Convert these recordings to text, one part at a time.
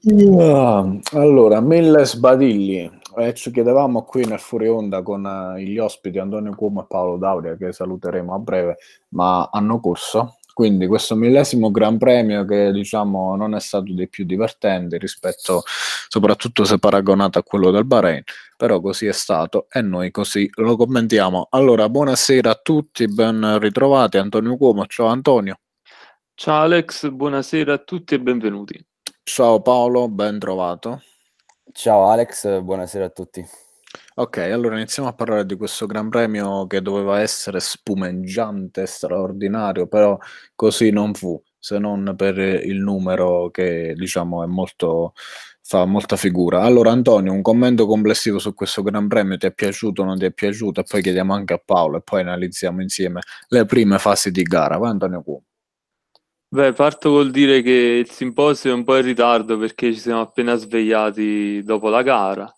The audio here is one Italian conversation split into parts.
Allora, mille sbadigli. Ci chiedevamo qui nel Fuori Onda con gli ospiti Antonio Cuomo e Paolo Dauria, che saluteremo a breve, ma hanno corso. Quindi questo millesimo Gran Premio che diciamo non è stato dei più divertenti rispetto, soprattutto se paragonato a quello del Bahrain, però così è stato e noi così lo commentiamo. Allora, buonasera a tutti, ben ritrovati. Antonio Cuomo, ciao Antonio. Ciao Alex, buonasera a tutti e benvenuti. Ciao Paolo, ben trovato. Ciao Alex, buonasera a tutti. Ok, allora iniziamo a parlare di questo Gran Premio che doveva essere spumeggiante, straordinario, però così non fu, se non per il numero che diciamo è molto, fa molta figura. Allora Antonio, un commento complessivo su questo Gran Premio, ti è piaciuto o non ti è piaciuto? E poi chiediamo anche a Paolo e poi analizziamo insieme le prime fasi di gara. Vai Antonio Cu. Beh, parto col dire che il simposio è un po' in ritardo perché ci siamo appena svegliati dopo la gara.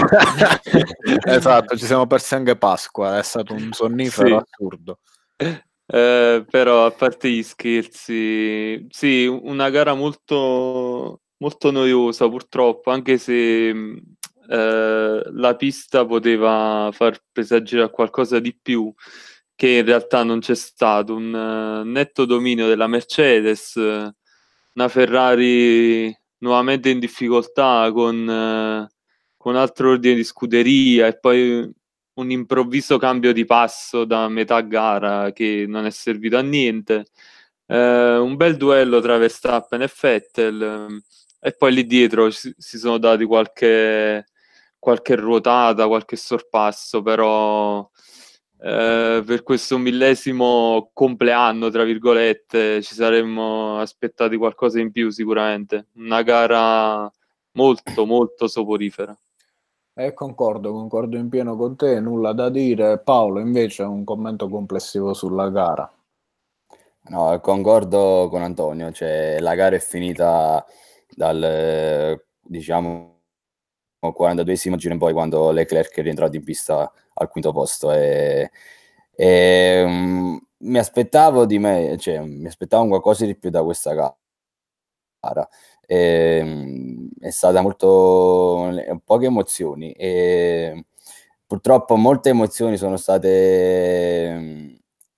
Esatto, ci siamo persi anche Pasqua, è stato un sonnifero Sì. assurdo. Però a parte gli scherzi, sì, una gara molto, molto noiosa purtroppo, anche se la pista poteva far presagire a qualcosa di più, che in realtà non c'è stato. Un netto dominio della Mercedes, una Ferrari nuovamente in difficoltà con altro ordine di scuderia e poi un improvviso cambio di passo da metà gara che non è servito a niente. Un bel duello tra Verstappen e Vettel, e poi lì dietro si sono dati qualche ruotata, qualche sorpasso, però per questo millesimo compleanno, tra virgolette, ci saremmo aspettati qualcosa in più sicuramente. Una gara molto, molto soporifera. Concordo in pieno con te, nulla da dire. Paolo, invece, un commento complessivo sulla gara. No, concordo con Antonio, cioè la gara è finita dal, diciamo, 42esimo giro in poi quando Leclerc è rientrato in pista al quinto posto mi aspettavo mi aspettavo un qualcosa di più da questa gara. È stata molto poche emozioni e purtroppo molte emozioni sono state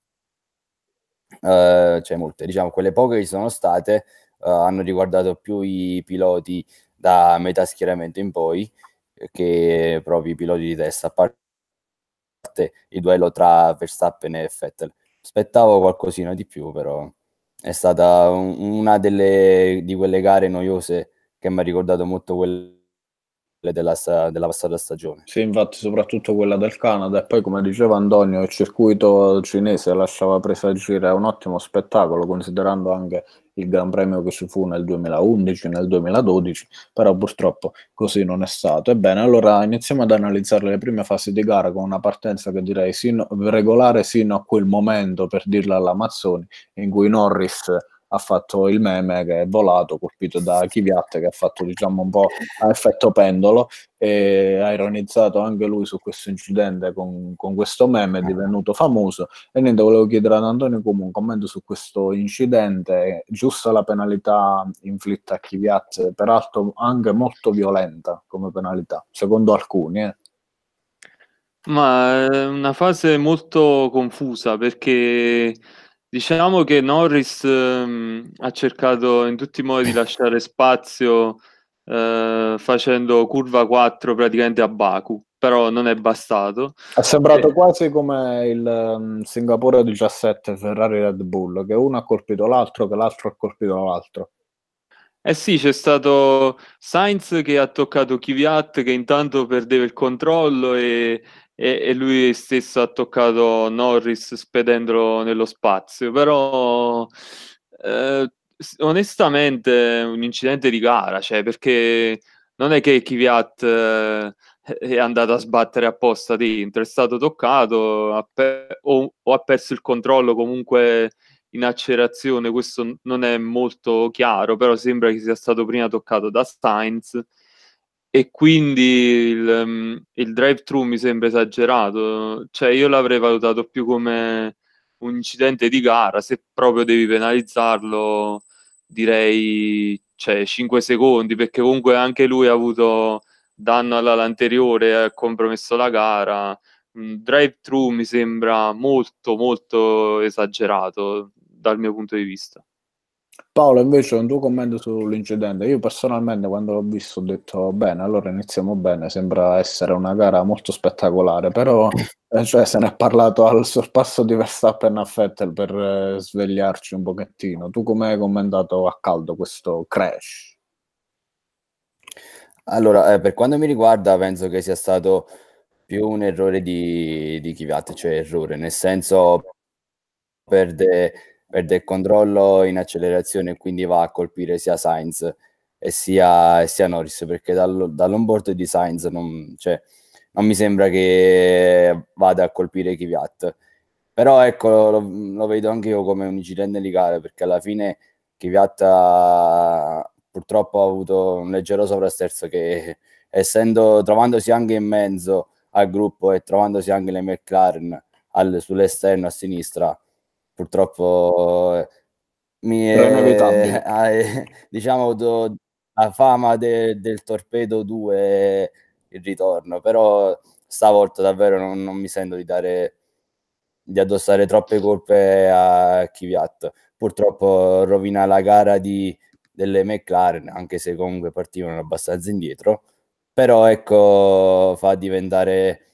cioè molte, diciamo quelle poche che ci sono state hanno riguardato più i piloti da metà schieramento in poi che proprio i piloti di testa, a parte il duello tra Verstappen e Vettel. Aspettavo qualcosina di più, però è stata una di quelle gare noiose che mi ha ricordato molto quelle della passata stagione. Sì, infatti, soprattutto quella del Canada. E poi, come diceva Antonio, il circuito cinese lasciava presagire un ottimo spettacolo, considerando anche il Gran Premio che ci fu nel 2011, nel 2012, però purtroppo così non è stato. Ebbene, allora iniziamo ad analizzare le prime fasi di gara con una partenza che direi regolare sino a quel momento, per dirla alla Mazzoni, in cui Norris ha fatto il meme che è volato, colpito da Kvyat, che ha fatto diciamo un po' a effetto pendolo, e ha ironizzato anche lui su questo incidente con questo meme, è divenuto famoso. E niente, volevo chiedere ad Antonio come un commento su questo incidente. Giusta la penalità inflitta a Kvyat, peraltro anche molto violenta come penalità, secondo alcuni. Ma è una fase molto confusa perché diciamo che Norris ha cercato in tutti i modi di lasciare spazio facendo curva 4 praticamente a Baku, però non è bastato. È sembrato E- quasi come il Singapore 17 Ferrari Red Bull, che uno ha colpito l'altro, che l'altro ha colpito l'altro. Eh sì, c'è stato Sainz che ha toccato Kvyat che intanto perdeva il controllo e lui stesso ha toccato Norris spedendolo nello spazio, però onestamente è un incidente di gara, cioè perché non è che Kvyat è andato a sbattere apposta dentro, è stato toccato o ha perso il controllo comunque in accelerazione, questo non è molto chiaro, però sembra che sia stato prima toccato da Sainz e quindi il drive-thru mi sembra esagerato, cioè io l'avrei valutato più come un incidente di gara, se proprio devi penalizzarlo direi cioè 5 secondi, perché comunque anche lui ha avuto danno all'anteriore, ha compromesso la gara. Drive-thru mi sembra molto molto esagerato dal mio punto di vista. Paolo, invece, un tuo commento sull'incidente. Io personalmente quando l'ho visto ho detto bene, allora iniziamo bene, sembra essere una gara molto spettacolare, però cioè, se ne è parlato al sorpasso di Verstappen a Vettel per svegliarci un pochettino. Tu come hai commentato a caldo questo crash? Allora, per quanto mi riguarda, penso che sia stato più un errore di Kvyat, cioè errore, nel senso perde il controllo in accelerazione e quindi va a colpire sia Sainz e sia Norris, perché dall'onboard di Sainz non mi sembra che vada a colpire Kvyat. Però ecco, lo vedo anche io come un incidente legale, perché alla fine Kvyat purtroppo ha avuto un leggero sovrasterzo che, trovandosi anche in mezzo al gruppo e trovandosi anche le McLaren sull'esterno a sinistra, purtroppo Era inevitabile. diciamo, ho avuto la fama del torpedo 2 il ritorno, però stavolta davvero non mi sento di addossare troppe colpe a Kvyat. Purtroppo rovina la gara delle McLaren, anche se comunque partivano abbastanza indietro, però ecco, fa diventare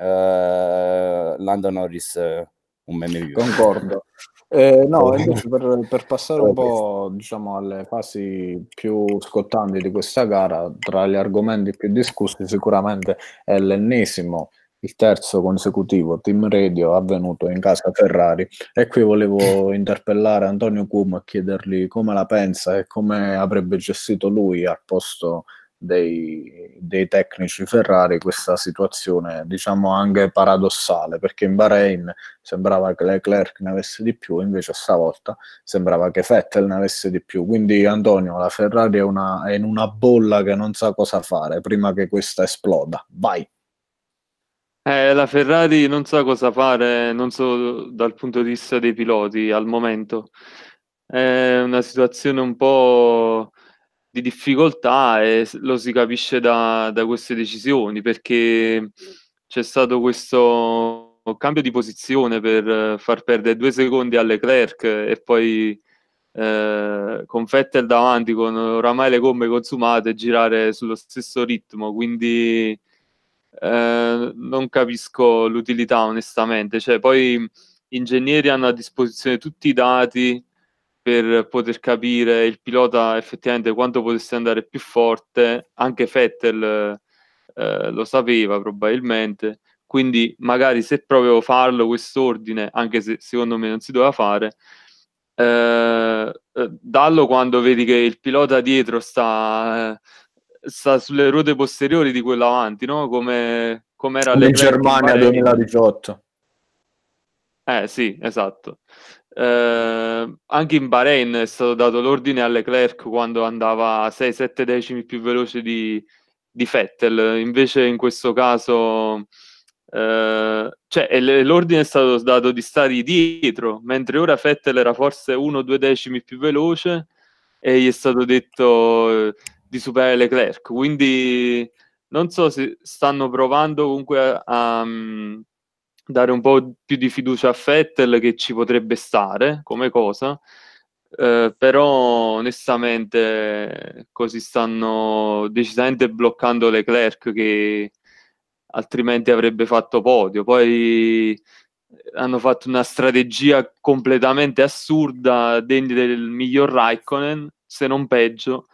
Lando Norris un meme vivo. Concordo. No, invece per passare un po', diciamo, alle fasi più scottanti di questa gara, tra gli argomenti più discussi sicuramente è l'ennesimo, il terzo consecutivo team radio avvenuto in casa Ferrari, e qui volevo interpellare Antonio Cum e chiedergli come la pensa e come avrebbe gestito lui al posto dei tecnici Ferrari questa situazione, diciamo anche paradossale, perché in Bahrain sembrava che Leclerc ne avesse di più, invece stavolta sembrava che Vettel ne avesse di più. Quindi Antonio, la Ferrari è in una bolla che non sa cosa fare prima che questa esploda. Vai! La Ferrari non sa cosa fare, non so dal punto di vista dei piloti al momento. È una situazione un po' di difficoltà e lo si capisce da queste decisioni, perché c'è stato questo cambio di posizione per far perdere 2 secondi a Leclerc e poi con Vettel davanti con oramai le gomme consumate girare sullo stesso ritmo, quindi non capisco l'utilità onestamente. Cioè, poi gli ingegneri hanno a disposizione tutti i dati per poter capire il pilota effettivamente quanto potesse andare più forte, anche Vettel lo sapeva probabilmente, quindi magari se proprio farlo quest'ordine, anche se secondo me non si doveva fare, dallo quando vedi che il pilota dietro sta sulle ruote posteriori di quello avanti, no? Come era Come Leclerc in Germania Bahrain. 2018. Sì, esatto. Anche in Bahrain è stato dato l'ordine a Leclerc quando andava 6-7 decimi più veloce di Vettel, invece in questo caso l'ordine è stato dato di stare dietro, mentre ora Vettel era forse 1-2 decimi più veloce e gli è stato detto di superare Leclerc, quindi non so se stanno provando comunque a dare un po' più di fiducia a Vettel, che ci potrebbe stare come cosa, però onestamente così stanno decisamente bloccando Leclerc, che altrimenti avrebbe fatto podio. Poi hanno fatto una strategia completamente assurda, degna del miglior Raikkonen, se non peggio,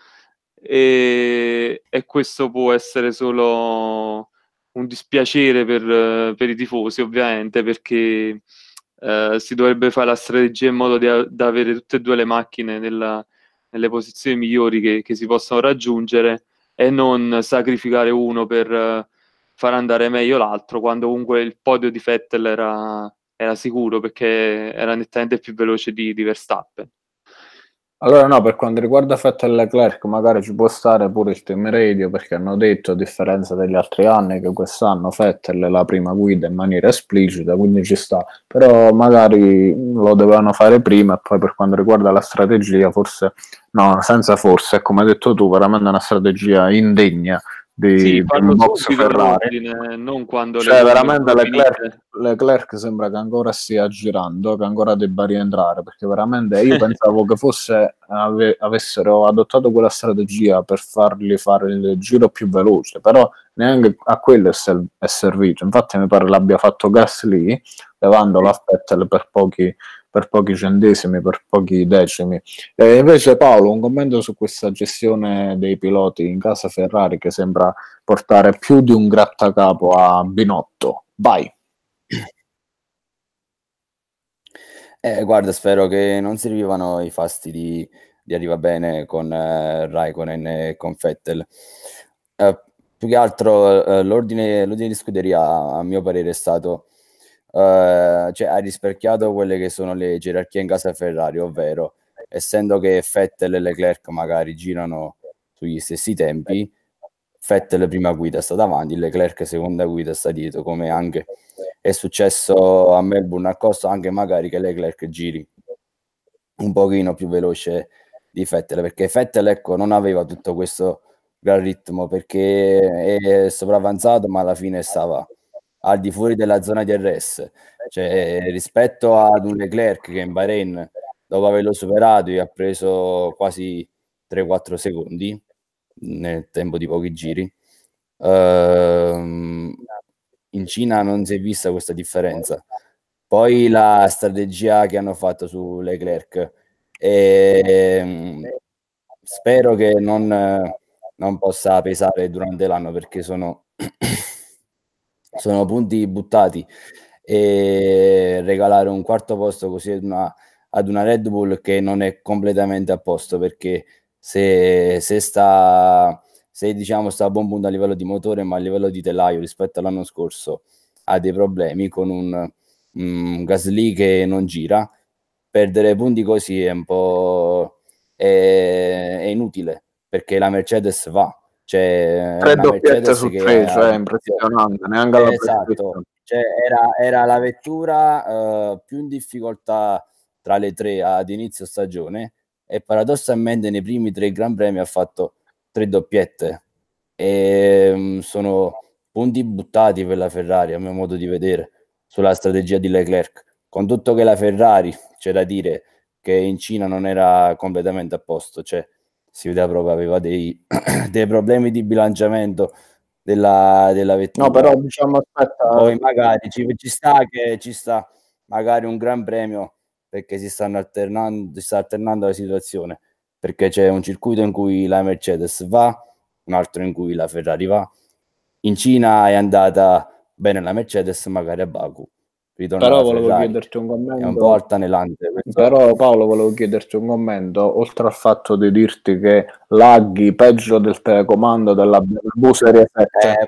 e questo può essere solo un dispiacere per i tifosi, ovviamente, perché si dovrebbe fare la strategia in modo da avere tutte e due le macchine nelle posizioni migliori che si possono raggiungere, e non sacrificare uno per far andare meglio l'altro, quando comunque il podio di Vettel era sicuro, perché era nettamente più veloce di Verstappen. Allora no, per quanto riguarda Vettel e Leclerc magari ci può stare pure il team radio, perché hanno detto, a differenza degli altri anni, che quest'anno Vettel è la prima guida in maniera esplicita, quindi ci sta, però magari lo dovevano fare prima. E poi per quanto riguarda la strategia, forse no, senza forse, è come hai detto tu, veramente una strategia indegna Sì, di un farlo box subito Ferrari. l'ordine, non quando le Cioè, gomme veramente sono finite. Leclerc sembra che ancora stia girando, che ancora debba rientrare, perché veramente io pensavo che fosse avessero adottato quella strategia per fargli fare il giro più veloce, però neanche a quello è servito. Infatti mi pare l'abbia fatto Gasly, levandolo a Vettel per pochi centesimi, per pochi decimi. E invece Paolo, un commento su questa gestione dei piloti in casa Ferrari che sembra portare più di un grattacapo a Binotto. Vai. Guarda, spero che non servivano i fasti di Arriva Bene con Raikkonen e con Vettel. Più che altro l'ordine di scuderia, a mio parere, è stato cioè, ha rispecchiato quelle che sono le gerarchie in casa Ferrari, ovvero essendo che Vettel e Leclerc magari girano sugli stessi tempi, Vettel prima guida sta davanti, Leclerc seconda guida sta dietro, come anche è successo a Melbourne, a costo anche magari che Leclerc giri un pochino più veloce di Vettel, perché Vettel, ecco, non aveva tutto questo gran ritmo, perché è sopravanzato, ma alla fine stava al di fuori della zona di DRS. Cioè, rispetto ad un Leclerc che in Bahrain, dopo averlo superato, gli ha preso quasi 3-4 secondi nel tempo di pochi giri. In Cina non si è vista questa differenza. Poi la strategia che hanno fatto su Leclerc, spero che non possa pesare durante l'anno, perché sono punti buttati, e regalare un quarto posto così ad una Red Bull che non è completamente a posto, perché se diciamo sta a buon punto a livello di motore, ma a livello di telaio rispetto all'anno scorso ha dei problemi con un Gasly che non gira, perdere punti così è un po' è inutile, perché la Mercedes va. Cioè, è 3 una doppiette Mercedes su che 3, ha cioè impressionante, neanche alla esatto, PlayStation. cioè era la vettura più in difficoltà tra le 3 ad inizio stagione, e paradossalmente nei primi 3 Gran Premi ha fatto 3 doppiette. Sono punti buttati per la Ferrari, a mio modo di vedere, sulla strategia di Leclerc. Con tutto che la Ferrari, c'è da dire che in Cina non era completamente a posto, cioè si vedeva proprio aveva dei problemi di bilanciamento della No, però vettura. diciamo, aspetta, Poi magari ci sta magari un gran premio, perché si sta alternando la situazione, perché c'è un circuito in cui la Mercedes va, un altro in cui la Ferrari va. In Cina è andata bene la Mercedes, magari a Baku ritorna però la volevo Ferrari. chiederti un È un po' commento. altalenante questo. Però Paolo, volevo chiederti un commento, oltre al fatto di dirti che laghi peggio del telecomando della BMW Serie 7.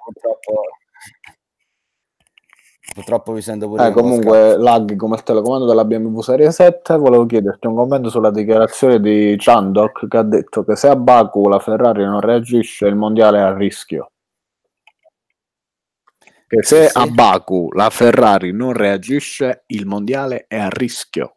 Purtroppo vi sento pure io un po' Comunque scarso. laghi come il telecomando della BMW Serie 7. Volevo chiederti un commento sulla dichiarazione di Chandok, che ha detto che se a Baku la Ferrari non reagisce il mondiale è a rischio. Che se a Sì. Baku la Ferrari non reagisce il mondiale è a rischio.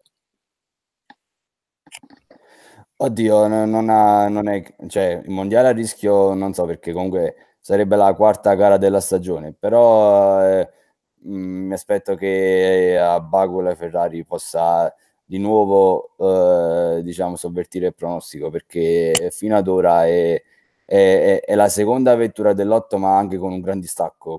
Oddio, non è, cioè, il mondiale a rischio non so, perché comunque sarebbe la quarta gara della stagione, però mi aspetto che a Baku la Ferrari possa di nuovo diciamo sovvertire il pronostico, perché fino ad ora è la seconda vettura dell'otto, ma anche con un gran distacco,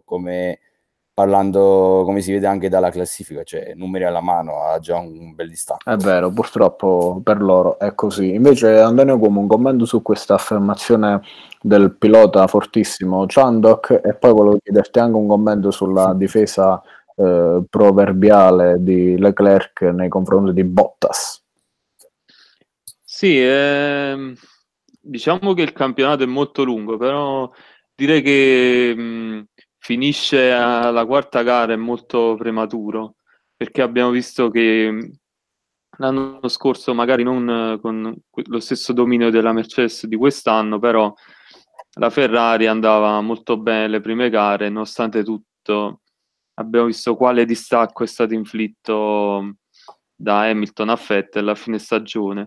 come si vede anche dalla classifica, cioè numeri alla mano, ha già un bel distacco. È vero, purtroppo per loro è così. Invece Antonio, come un commento su questa affermazione del pilota fortissimo Chandok, e poi volevo chiederti anche un commento sulla difesa proverbiale di Leclerc nei confronti di Bottas. Sì, diciamo che il campionato è molto lungo, però direi che finisce alla quarta gara è molto prematuro, perché abbiamo visto che l'anno scorso magari non con lo stesso dominio della Mercedes di quest'anno, però la Ferrari andava molto bene le prime gare, nonostante tutto abbiamo visto quale distacco è stato inflitto da Hamilton a Vettel a fine stagione.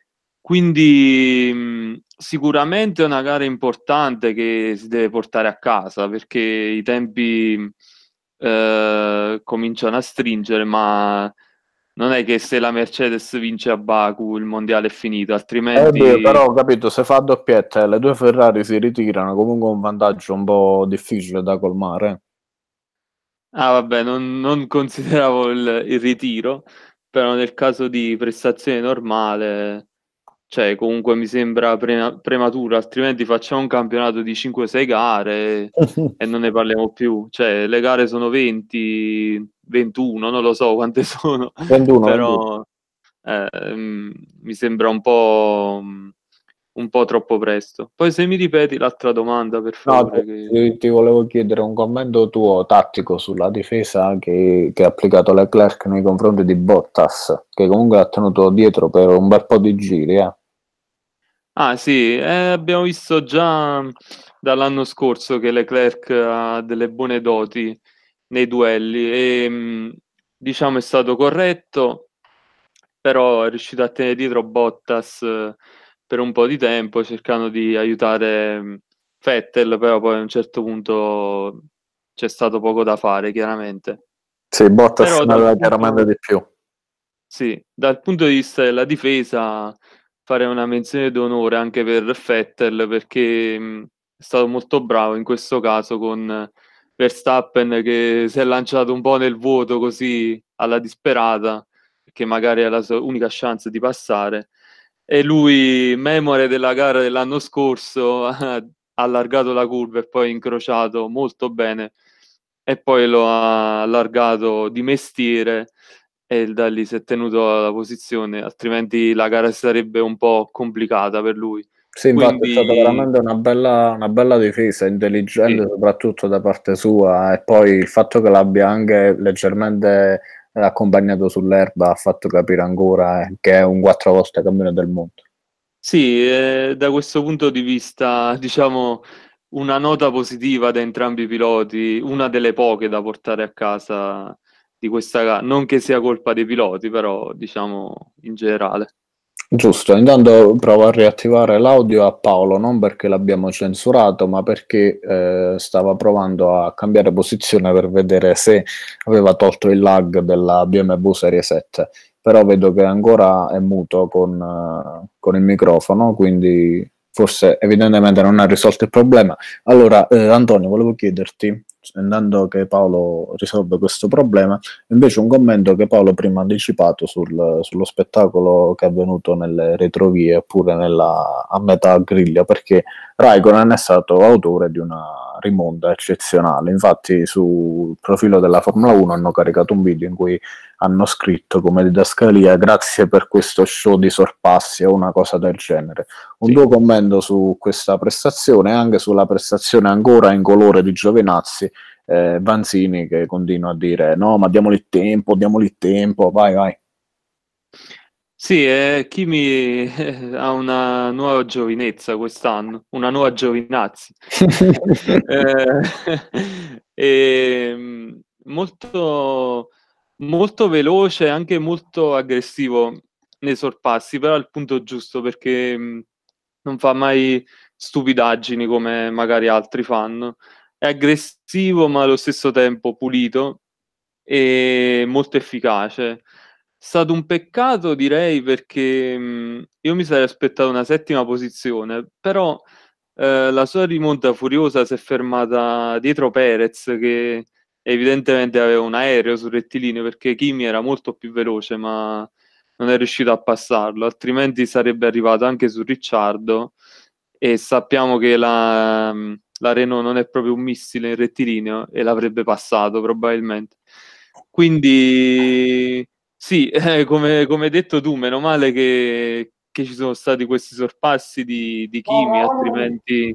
Quindi sicuramente è una gara importante che si deve portare a casa, perché i tempi cominciano a stringere, ma non è che se la Mercedes vince a Baku il mondiale è finito, altrimenti... Però ho capito, se fa doppietta e le due Ferrari si ritirano, comunque un vantaggio un po' difficile da colmare. Ah, vabbè, non consideravo il ritiro, però nel caso di prestazione normale, cioè comunque mi sembra prematuro, altrimenti facciamo un campionato di 5-6 gare e non ne parliamo più. Cioè, le gare sono 20, 21, non lo so quante sono, 21, 21. però mi sembra un po' troppo presto. Poi se mi ripeti l'altra domanda, per No, favore, che... ti volevo chiedere un commento tuo tattico sulla difesa che ha applicato Leclerc nei confronti di Bottas, che comunque ha tenuto dietro per un bel po' di giri. Ah sì, abbiamo visto già dall'anno scorso che Leclerc ha delle buone doti nei duelli e diciamo è stato corretto, però è riuscito a tenere dietro Bottas per un po' di tempo cercando di aiutare Vettel, però poi a un certo punto c'è stato poco da fare, chiaramente. Sì, Bottas Però ne aveva chiaramente di più. sì, dal punto di vista della difesa fare una menzione d'onore anche per Vettel, perché è stato molto bravo in questo caso con Verstappen, che si è lanciato un po' nel vuoto così alla disperata, che magari è la sua unica chance di passare, e lui, memore della gara dell'anno scorso, ha allargato la curva e poi incrociato molto bene e poi lo ha allargato di mestiere e da lì si è tenuto alla posizione, altrimenti la gara sarebbe un po' complicata per lui. Sì, infatti è stata Quindi veramente una bella difesa, intelligente sì, soprattutto da parte sua, e poi il fatto che l'abbia anche leggermente accompagnato sull'erba ha fatto capire ancora che è un 4 volte campione del mondo. sì, da questo punto di vista, diciamo, una nota positiva da entrambi i piloti, una delle poche da portare a casa di questa gara. Non che sia colpa dei piloti, però diciamo in generale. Giusto, intanto provo a riattivare l'audio a Paolo, non perché l'abbiamo censurato, ma perché stava provando a cambiare posizione per vedere se aveva tolto il lag della BMW Serie 7, però vedo che ancora è muto con il microfono, quindi forse evidentemente non ha risolto il problema. Allora, Antonio, volevo chiederti, intanto che Paolo risolve questo problema, invece un commento che Paolo prima ha anticipato sullo spettacolo che è avvenuto nelle retrovie oppure a metà griglia, perché Raikkonen è stato autore di una rimonta eccezionale. Infatti sul profilo della Formula 1 hanno caricato un video in cui hanno scritto come didascalia: grazie per questo show di sorpassi o una cosa del genere. Un Sì. tuo commento su questa prestazione e anche sulla prestazione ancora in colore di Giovinazzi, Vanzini che continua a dire no, ma diamogli tempo, vai. Sì, Kimi ha una nuova giovinezza quest'anno, una nuova giovinazzi. Molto, molto veloce, anche molto aggressivo nei sorpassi, però al punto giusto perché non fa mai stupidaggini come magari altri fanno. È aggressivo, ma allo stesso tempo pulito e molto efficace. È stato un peccato, direi, perché io mi sarei aspettato una settima posizione, però la sua rimonta furiosa si è fermata dietro Perez, che evidentemente aveva un aereo sul rettilineo, perché Kimi era molto più veloce, ma non è riuscito a passarlo, altrimenti sarebbe arrivato anche su Ricciardo, e sappiamo che la Renault non è proprio un missile in rettilineo e l'avrebbe passato probabilmente. Quindi sì, come hai detto tu, meno male che ci sono stati questi sorpassi di Kimi, altrimenti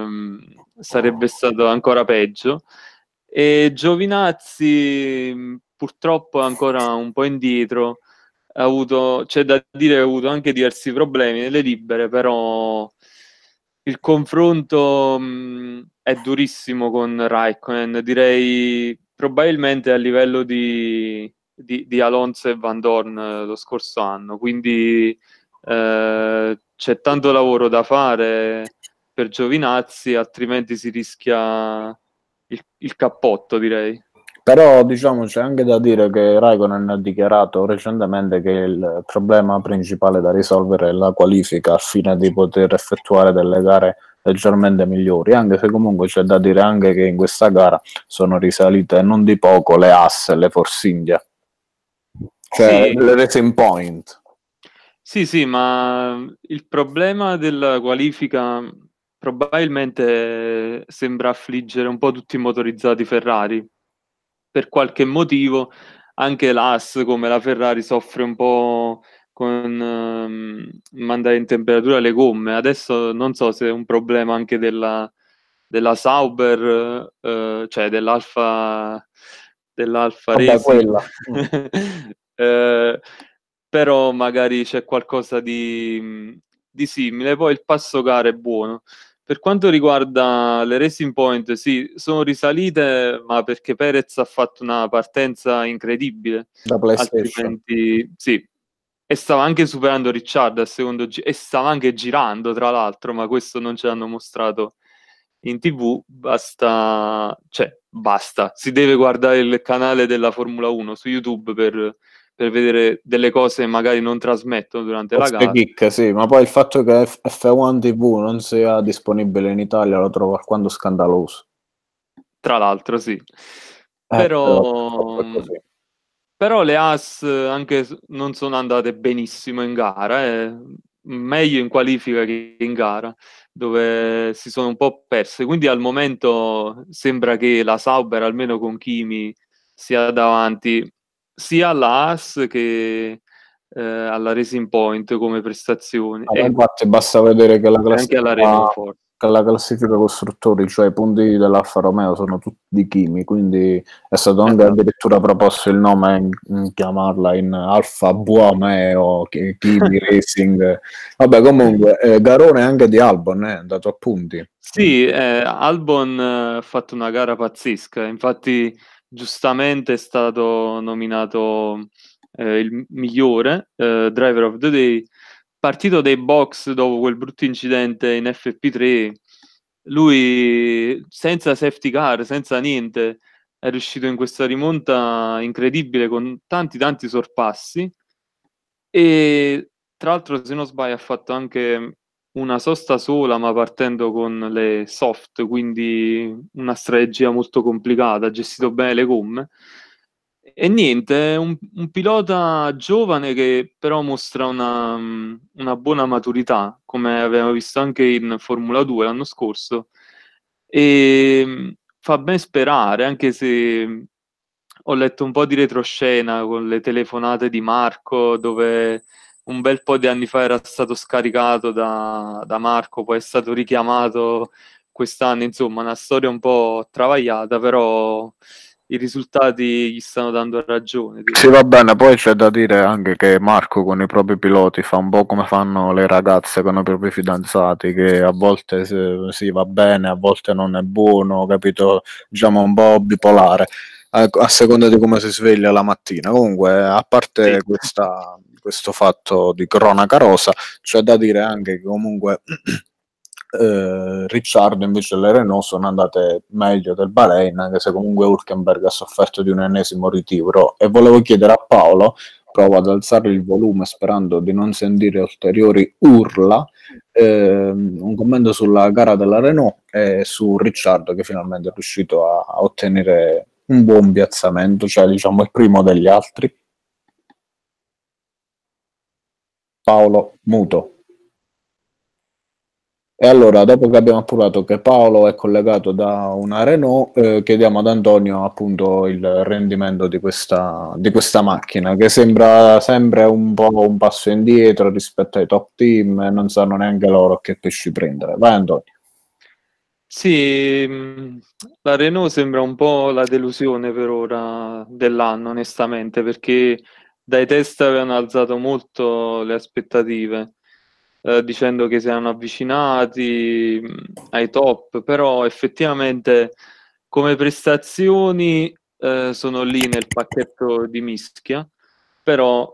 sarebbe stato ancora peggio. E Giovinazzi purtroppo è ancora un po' indietro, c'è da dire che ha avuto anche diversi problemi nelle libere, però il confronto è durissimo con Raikkonen, direi probabilmente a livello di Alonso e Van Dorn lo scorso anno, quindi c'è tanto lavoro da fare per Giovinazzi, altrimenti si rischia il cappotto, direi. Però diciamo c'è anche da dire che Raikkonen ha dichiarato recentemente che il problema principale da risolvere è la qualifica al fine di poter effettuare delle gare leggermente migliori, anche se comunque c'è da dire anche che in questa gara sono risalite non di poco le Haas e le Force India, cioè Sì. le Racing Point. Sì, ma il problema della qualifica probabilmente sembra affliggere un po' tutti i motorizzati Ferrari. Per qualche motivo anche l'Haas, come la Ferrari, soffre un po' con mandare in temperatura le gomme. Adesso non so se è un problema anche della Sauber, cioè dell'Alfa Vabbè, Racing. quella. Però magari c'è qualcosa di simile. Poi il passo gara è buono. Per quanto riguarda le Racing Point, sì, sono risalite, ma perché Perez ha fatto una partenza incredibile. Da PlayStation. Altrimenti, sì. E stava anche superando Ricciardo al secondo giro, e stava anche girando, tra l'altro, ma questo non ce l'hanno mostrato in TV. Basta, si deve guardare il canale della Formula 1 su YouTube per vedere delle cose che magari non trasmettono durante la gara. Chicche, sì, ma poi il fatto che F1 TV non sia disponibile in Italia lo trovo alquanto scandaloso. Tra l'altro, sì. Però le Haas anche non sono andate benissimo in gara, meglio in qualifica che in gara, dove si sono un po' perse. Quindi al momento sembra che la Sauber, almeno con Kimi, sia davanti sia alla Haas che alla Racing Point come prestazioni. E infatti basta vedere che anche alla Renault forse. La classifica costruttori, cioè i punti dell'Alfa Romeo sono tutti di Kimi, quindi è stato anche addirittura proposto il nome in chiamarla in Alfa Buomeo, Kimi Racing. Vabbè, comunque garone anche di Albon è andato a punti. Sì, Albon ha fatto una gara pazzesca, infatti giustamente è stato nominato il migliore driver of the day. Partito dai box dopo quel brutto incidente in FP3, lui senza safety car, senza niente, è riuscito in questa rimonta incredibile con tanti sorpassi, e tra l'altro, se non sbaglio, ha fatto anche una sosta sola, ma partendo con le soft, quindi una strategia molto complicata, ha gestito bene le gomme. E niente, un pilota giovane che però mostra una buona maturità, come avevamo visto anche in Formula 2 l'anno scorso, e fa ben sperare, anche se ho letto un po' di retroscena con le telefonate di Marco, dove un bel po' di anni fa era stato scaricato da Marco, poi è stato richiamato quest'anno. Insomma, una storia un po' travagliata, però i risultati gli stanno dando ragione. Sì, va bene, poi c'è da dire anche che Marco con i propri piloti fa un po' come fanno le ragazze con i propri fidanzati, che a volte sì, va bene, a volte non è buono, capito? Diciamo un po' bipolare, a seconda di come si sveglia la mattina. Comunque, a parte questo fatto di cronaca rosa, c'è da dire anche che comunque Ricciardo invece le Renault sono andate meglio del Bahrain, anche se comunque Hülkenberg ha sofferto di un ennesimo ritiro. E volevo chiedere a Paolo, provo ad alzare il volume sperando di non sentire ulteriori urla, un commento sulla gara della Renault e su Ricciardo, che finalmente è riuscito a ottenere un buon piazzamento, cioè diciamo il primo degli altri. Paolo, muto. E allora, dopo che abbiamo appurato che Paolo è collegato da una Renault, chiediamo ad Antonio appunto il rendimento di questa macchina, che sembra sempre un po' un passo indietro rispetto ai top team, e non sanno neanche loro che pesci prendere. Vai Antonio. Sì, la Renault sembra un po' la delusione per ora dell'anno, onestamente, perché dai test avevano alzato molto le aspettative, dicendo che si erano avvicinati ai top, però effettivamente come prestazioni sono lì nel pacchetto di mischia, però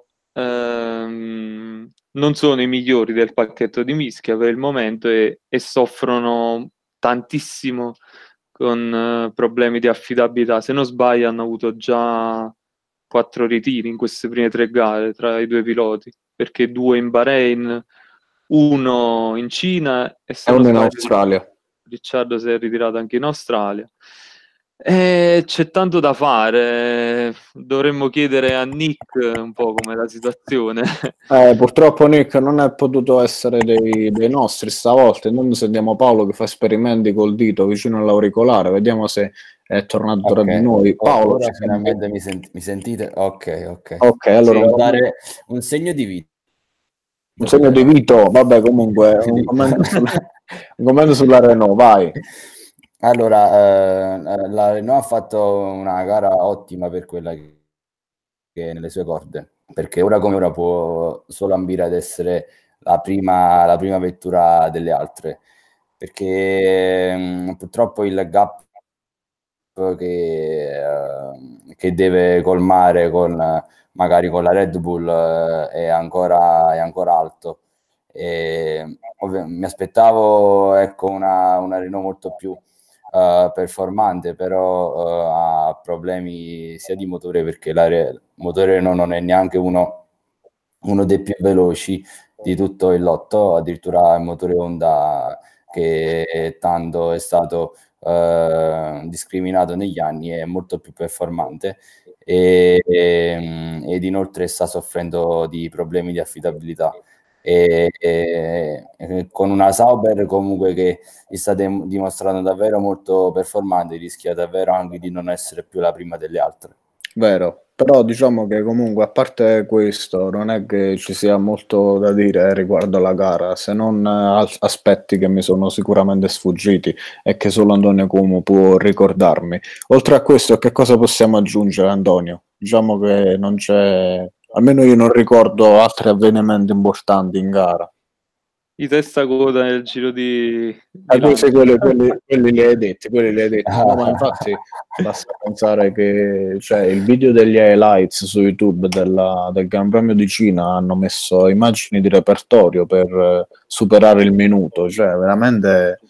non sono i migliori del pacchetto di mischia per il momento e soffrono tantissimo con problemi di affidabilità. Se non sbaglio hanno avuto già 4 ritiri in queste prime 3 gare tra i due piloti, perché 2 in Bahrain, uno in Cina e È se non uno in sbaglio Australia. Ricciardo si è ritirato anche in Australia. C'è tanto da fare, dovremmo chiedere a Nick un po' com'è la situazione. Purtroppo Nick non è potuto essere dei nostri stavolta. Intanto sentiamo Paolo che fa esperimenti col dito vicino all'auricolare, vediamo se è tornato tra di Ok, noi. Paolo, ora ci senti? finalmente mi sentite? Ok, ok. Ok, Sì, allora devo dare un segno di vita un segno di però. Vito, vabbè, comunque un Filippo. un commento sulla Renault, vai. Allora, la Renault ha fatto una gara ottima per quella che è nelle sue corde, perché ora come ora può solo ambire ad essere la prima vettura delle altre, perché purtroppo il gap che deve colmare magari con la Red Bull è ancora alto. Mi aspettavo ecco, una Renault molto più performante, però ha problemi sia di motore, perché il motore Renault non è neanche uno dei più veloci di tutto il lotto, addirittura il motore Honda, che tanto è stato discriminato negli anni, è molto più performante ed inoltre sta soffrendo di problemi di affidabilità. Con una Sauber comunque che gli sta dimostrando davvero molto performante, rischia davvero anche di non essere più la prima delle altre. Vero, però diciamo che comunque a parte questo non è che ci sia molto da dire riguardo alla gara, se non aspetti che mi sono sicuramente sfuggiti e che solo Antonio Cuomo può ricordarmi. Oltre a questo, che cosa possiamo aggiungere, Antonio? Diciamo che non c'è, almeno io non ricordo altri avvenimenti importanti in gara. I testa coda nel giro di Questi, lancio. quelli li hai detti, quelli li hai detti. No, ma infatti basta pensare che cioè, il video degli highlights su YouTube del Gran Premio di Cina hanno messo immagini di repertorio per superare il minuto, cioè veramente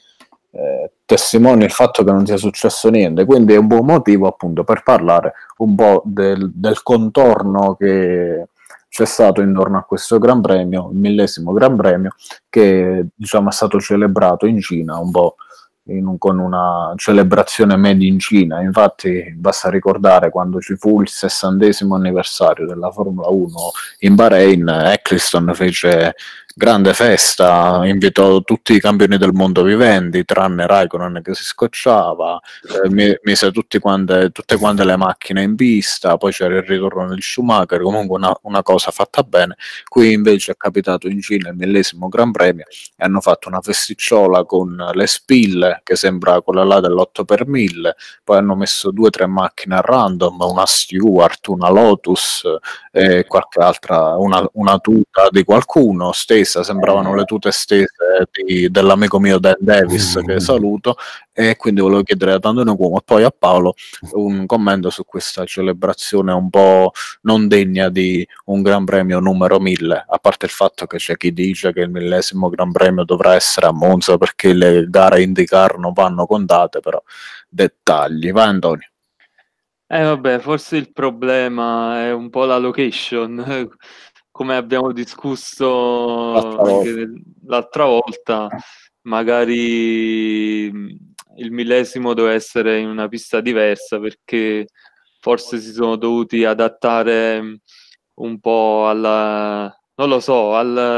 testimonia il fatto che non sia successo niente, quindi è un buon motivo appunto per parlare un po' del contorno che c'è stato intorno a questo Gran Premio, il 1000° Gran Premio, che diciamo è stato celebrato in Cina un po' con una celebrazione made in Cina. Infatti basta ricordare quando ci fu il 60° anniversario della Formula 1 in Bahrain, Eccleston fece grande festa, invitò tutti i campioni del mondo viventi, tranne Raikkonen che si scocciava, mise tutte quante le macchine in pista, poi c'era il ritorno del Schumacher, comunque una cosa fatta bene. Qui invece è capitato in Cina il 1000° Gran Premio e hanno fatto una festicciola con le spille che sembra quella là dell'8x1000, poi hanno messo 2 o 3 macchine a random, una Stewart, una Lotus e qualche altra, una tuta di qualcuno stesa, sembravano le tute stese dell'amico mio Dan Davis che saluto, e quindi volevo chiedere ad Antonio Cuomo e poi a Paolo un commento su questa celebrazione un po' non degna di un Gran Premio numero 1000, a parte il fatto che c'è chi dice che il 1000° Gran Premio dovrà essere a Monza perché le gare IndyCar non vanno contate, però dettagli. Vai Antonio. Vabbè, forse il problema è un po' la location, come abbiamo discusso anche l'altra volta, magari il 1000° deve essere in una pista diversa perché forse si sono dovuti adattare un po' non lo so,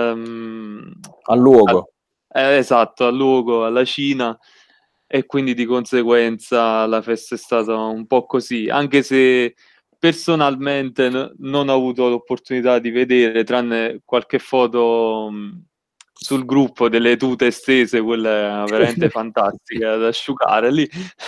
Al luogo. esatto, al luogo, alla Cina, e quindi di conseguenza la festa è stata un po' così, anche se personalmente non ho avuto l'opportunità di vedere, tranne qualche foto sul gruppo delle tute estese, quella veramente fantastica da asciugare lì.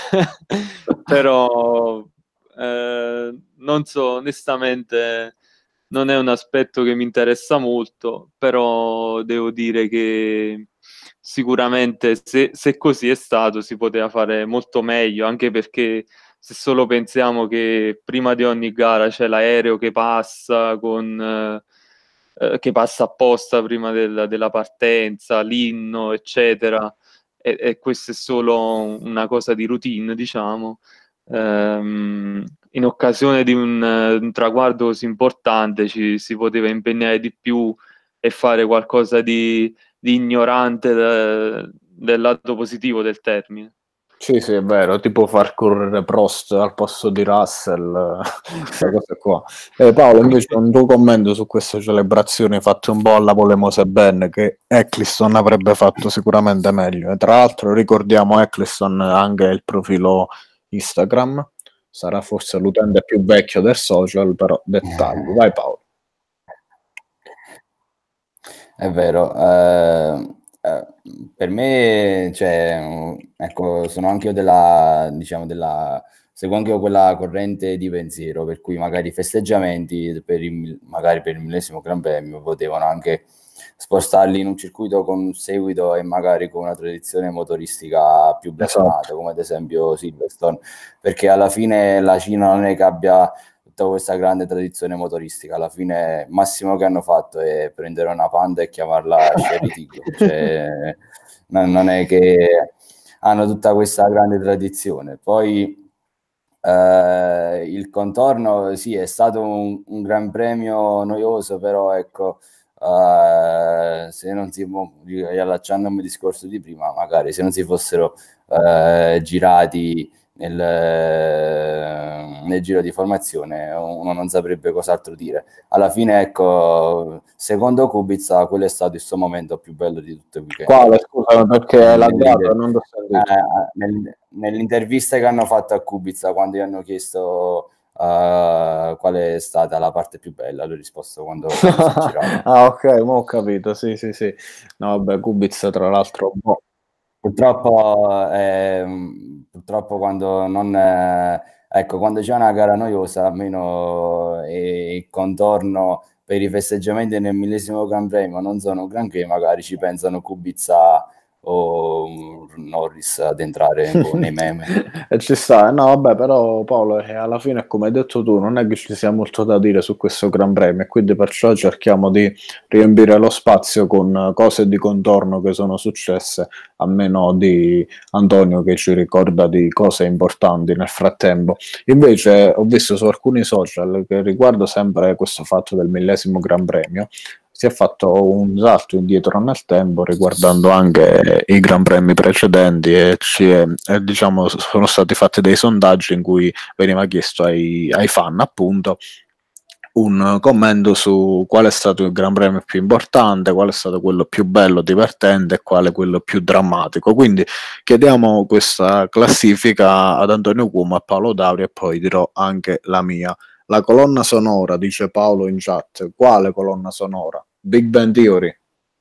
Però non so, onestamente non è un aspetto che mi interessa molto, però devo dire che sicuramente se così è stato si poteva fare molto meglio, anche perché se solo pensiamo che prima di ogni gara c'è l'aereo che passa che passa apposta prima della partenza, l'inno, eccetera, e questo è solo una cosa di routine, diciamo. In occasione di un traguardo così importante si poteva impegnare di più e fare qualcosa di ignorante del lato positivo del termine. Sì, sì, è vero, tipo far correre Prost al posto di Russell, queste cose qua. Paolo, invece un tuo commento su queste celebrazioni fatte un po' alla Polemose Ben, che Eccleston avrebbe fatto sicuramente meglio. E tra l'altro ricordiamo Eccleston anche il profilo Instagram, sarà forse l'utente più vecchio del social, però dettagli. Vai Paolo. È vero, per me, cioè, ecco, sono anche io diciamo, seguo anche io quella corrente di pensiero, per cui magari i festeggiamenti magari per il millesimo Gran Premio potevano anche spostarli in un circuito con un seguito e magari con una tradizione motoristica più blasonata, come ad esempio Silverstone, perché alla fine la Cina non è che abbia tutta questa grande tradizione motoristica. Alla fine il massimo che hanno fatto è prendere una Panda e chiamarla Sherry Tigro, cioè non è che hanno tutta questa grande tradizione. Poi il contorno sì, è stato un gran premio noioso, però ecco, se non si, riallacciandomi al discorso di prima, magari se non si fossero girati nel giro di formazione, uno non saprebbe cos'altro dire. Alla fine, ecco, secondo Kubica, quello è stato il suo momento più bello di tutto il weekend. Quale, scusa, perché l'ha dato, non lo nell'intervista che hanno fatto a Kubica, quando gli hanno chiesto qual è stata la parte più bella, lui ha risposto quando si è girato. Ah, ok, mo ho capito, sì. No, vabbè, Kubica tra l'altro Purtroppo quando non ecco, quando c'è una gara noiosa, almeno il contorno per i festeggiamenti nel millesimo Gran Premio non sono granché, magari ci pensano Kubica o Norris ad entrare nei meme. E ci sta, no vabbè, però Paolo, alla fine come hai detto tu non è che ci sia molto da dire su questo Gran Premio e quindi perciò cerchiamo di riempire lo spazio con cose di contorno che sono successe, a meno di Antonio che ci ricorda di cose importanti nel frattempo. Invece ho visto su alcuni social che riguardo sempre questo fatto del millesimo Gran Premio si è fatto un salto indietro nel tempo riguardando anche i Gran Premi precedenti e diciamo sono stati fatti dei sondaggi in cui veniva chiesto ai fan appunto un commento su qual è stato il Gran Premio più importante, qual è stato quello più bello, divertente e quale quello più drammatico. Quindi chiediamo questa classifica ad Antonio Cuomo, a Paolo Dauri e poi dirò anche la mia. La colonna sonora, dice Paolo in chat. Quale colonna sonora? Big Bang Theory.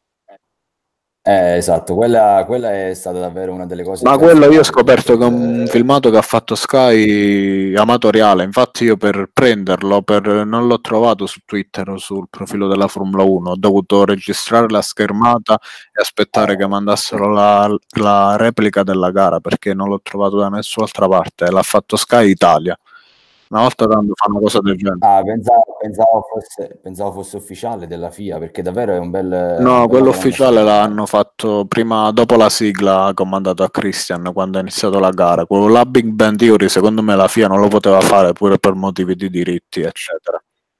Esatto, quella è stata davvero una delle cose Ma più quello io ho affascinanti scoperto che è un filmato che ha fatto Sky amatoriale, infatti io per prenderlo non l'ho trovato su Twitter o sul profilo della Formula 1, ho dovuto registrare la schermata e aspettare che mandassero la replica della gara perché non l'ho trovato da nessun'altra parte, l'ha fatto Sky Italia. Una volta tanto fa una cosa del genere. Pensavo fosse ufficiale della FIA, perché davvero è un bel... No, quello ufficiale l'hanno fatto prima, dopo la sigla che ho mandato a Christian quando ha iniziato la gara. Quello là Big Bang Theory, secondo me la FIA non lo poteva fare pure per motivi di diritti, eccetera.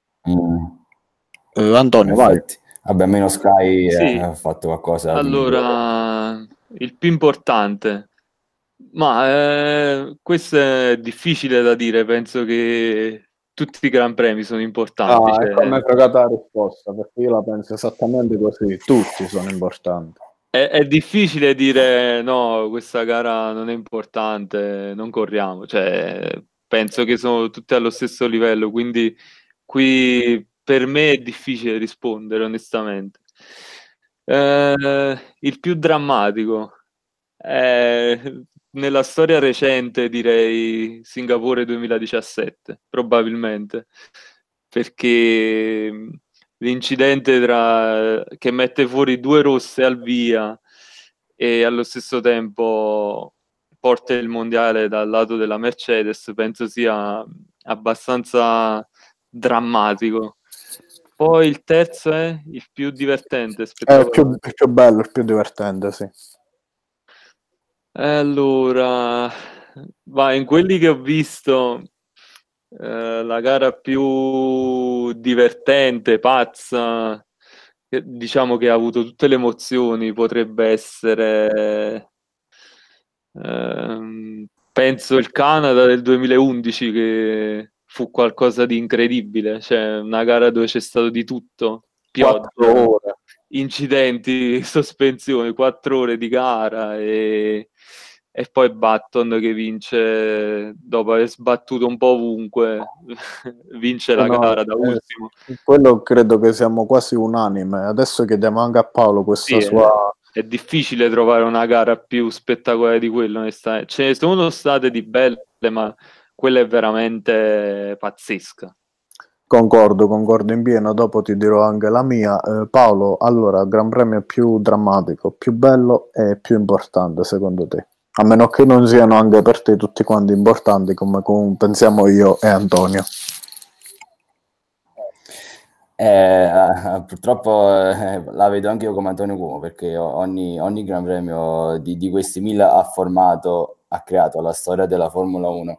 Antonio, vai. Vabbè, almeno Sky sì. ha fatto qualcosa. Allora, il più importante. Ma questo è difficile da dire, penso che tutti i Gran Premi sono importanti. Ah, ecco, mi hai fregato la risposta, perché io la penso esattamente così, tutti sono importanti. È difficile dire no, questa gara non è importante, non corriamo, cioè penso che sono tutti allo stesso livello, quindi qui per me è difficile rispondere onestamente. Il più drammatico. Nella storia recente direi Singapore 2017, probabilmente, perché l'incidente che mette fuori 2 rosse al via e allo stesso tempo porta il mondiale dal lato della Mercedes, penso sia abbastanza drammatico. Poi il terzo è il più divertente, È il più bello, il più divertente, sì. Allora, in quelli che ho visto, la gara più divertente, pazza, diciamo che ha avuto tutte le emozioni, potrebbe essere, penso, il Canada del 2011, che fu qualcosa di incredibile, cioè una gara dove c'è stato di tutto, 4 pioggia, ore. incidenti, sospensioni, 4 ore di gara e poi Button che vince dopo aver sbattuto un po' ovunque, vince la gara da ultimo. Quello credo che siamo quasi unanime. Adesso chiediamo anche a Paolo questa sua... È difficile trovare una gara più spettacolare di quello, onestamente. Ce ne sono state di belle, ma quella è veramente pazzesca. Concordo in pieno, dopo ti dirò anche la mia. Paolo, allora, Gran Premio più drammatico, più bello e più importante secondo te? A meno che non siano anche per te tutti quanti importanti come pensiamo io e Antonio. Purtroppo la vedo anche io come Antonio Cuomo, perché ogni Gran Premio di questi 1000 ha creato la storia della Formula 1.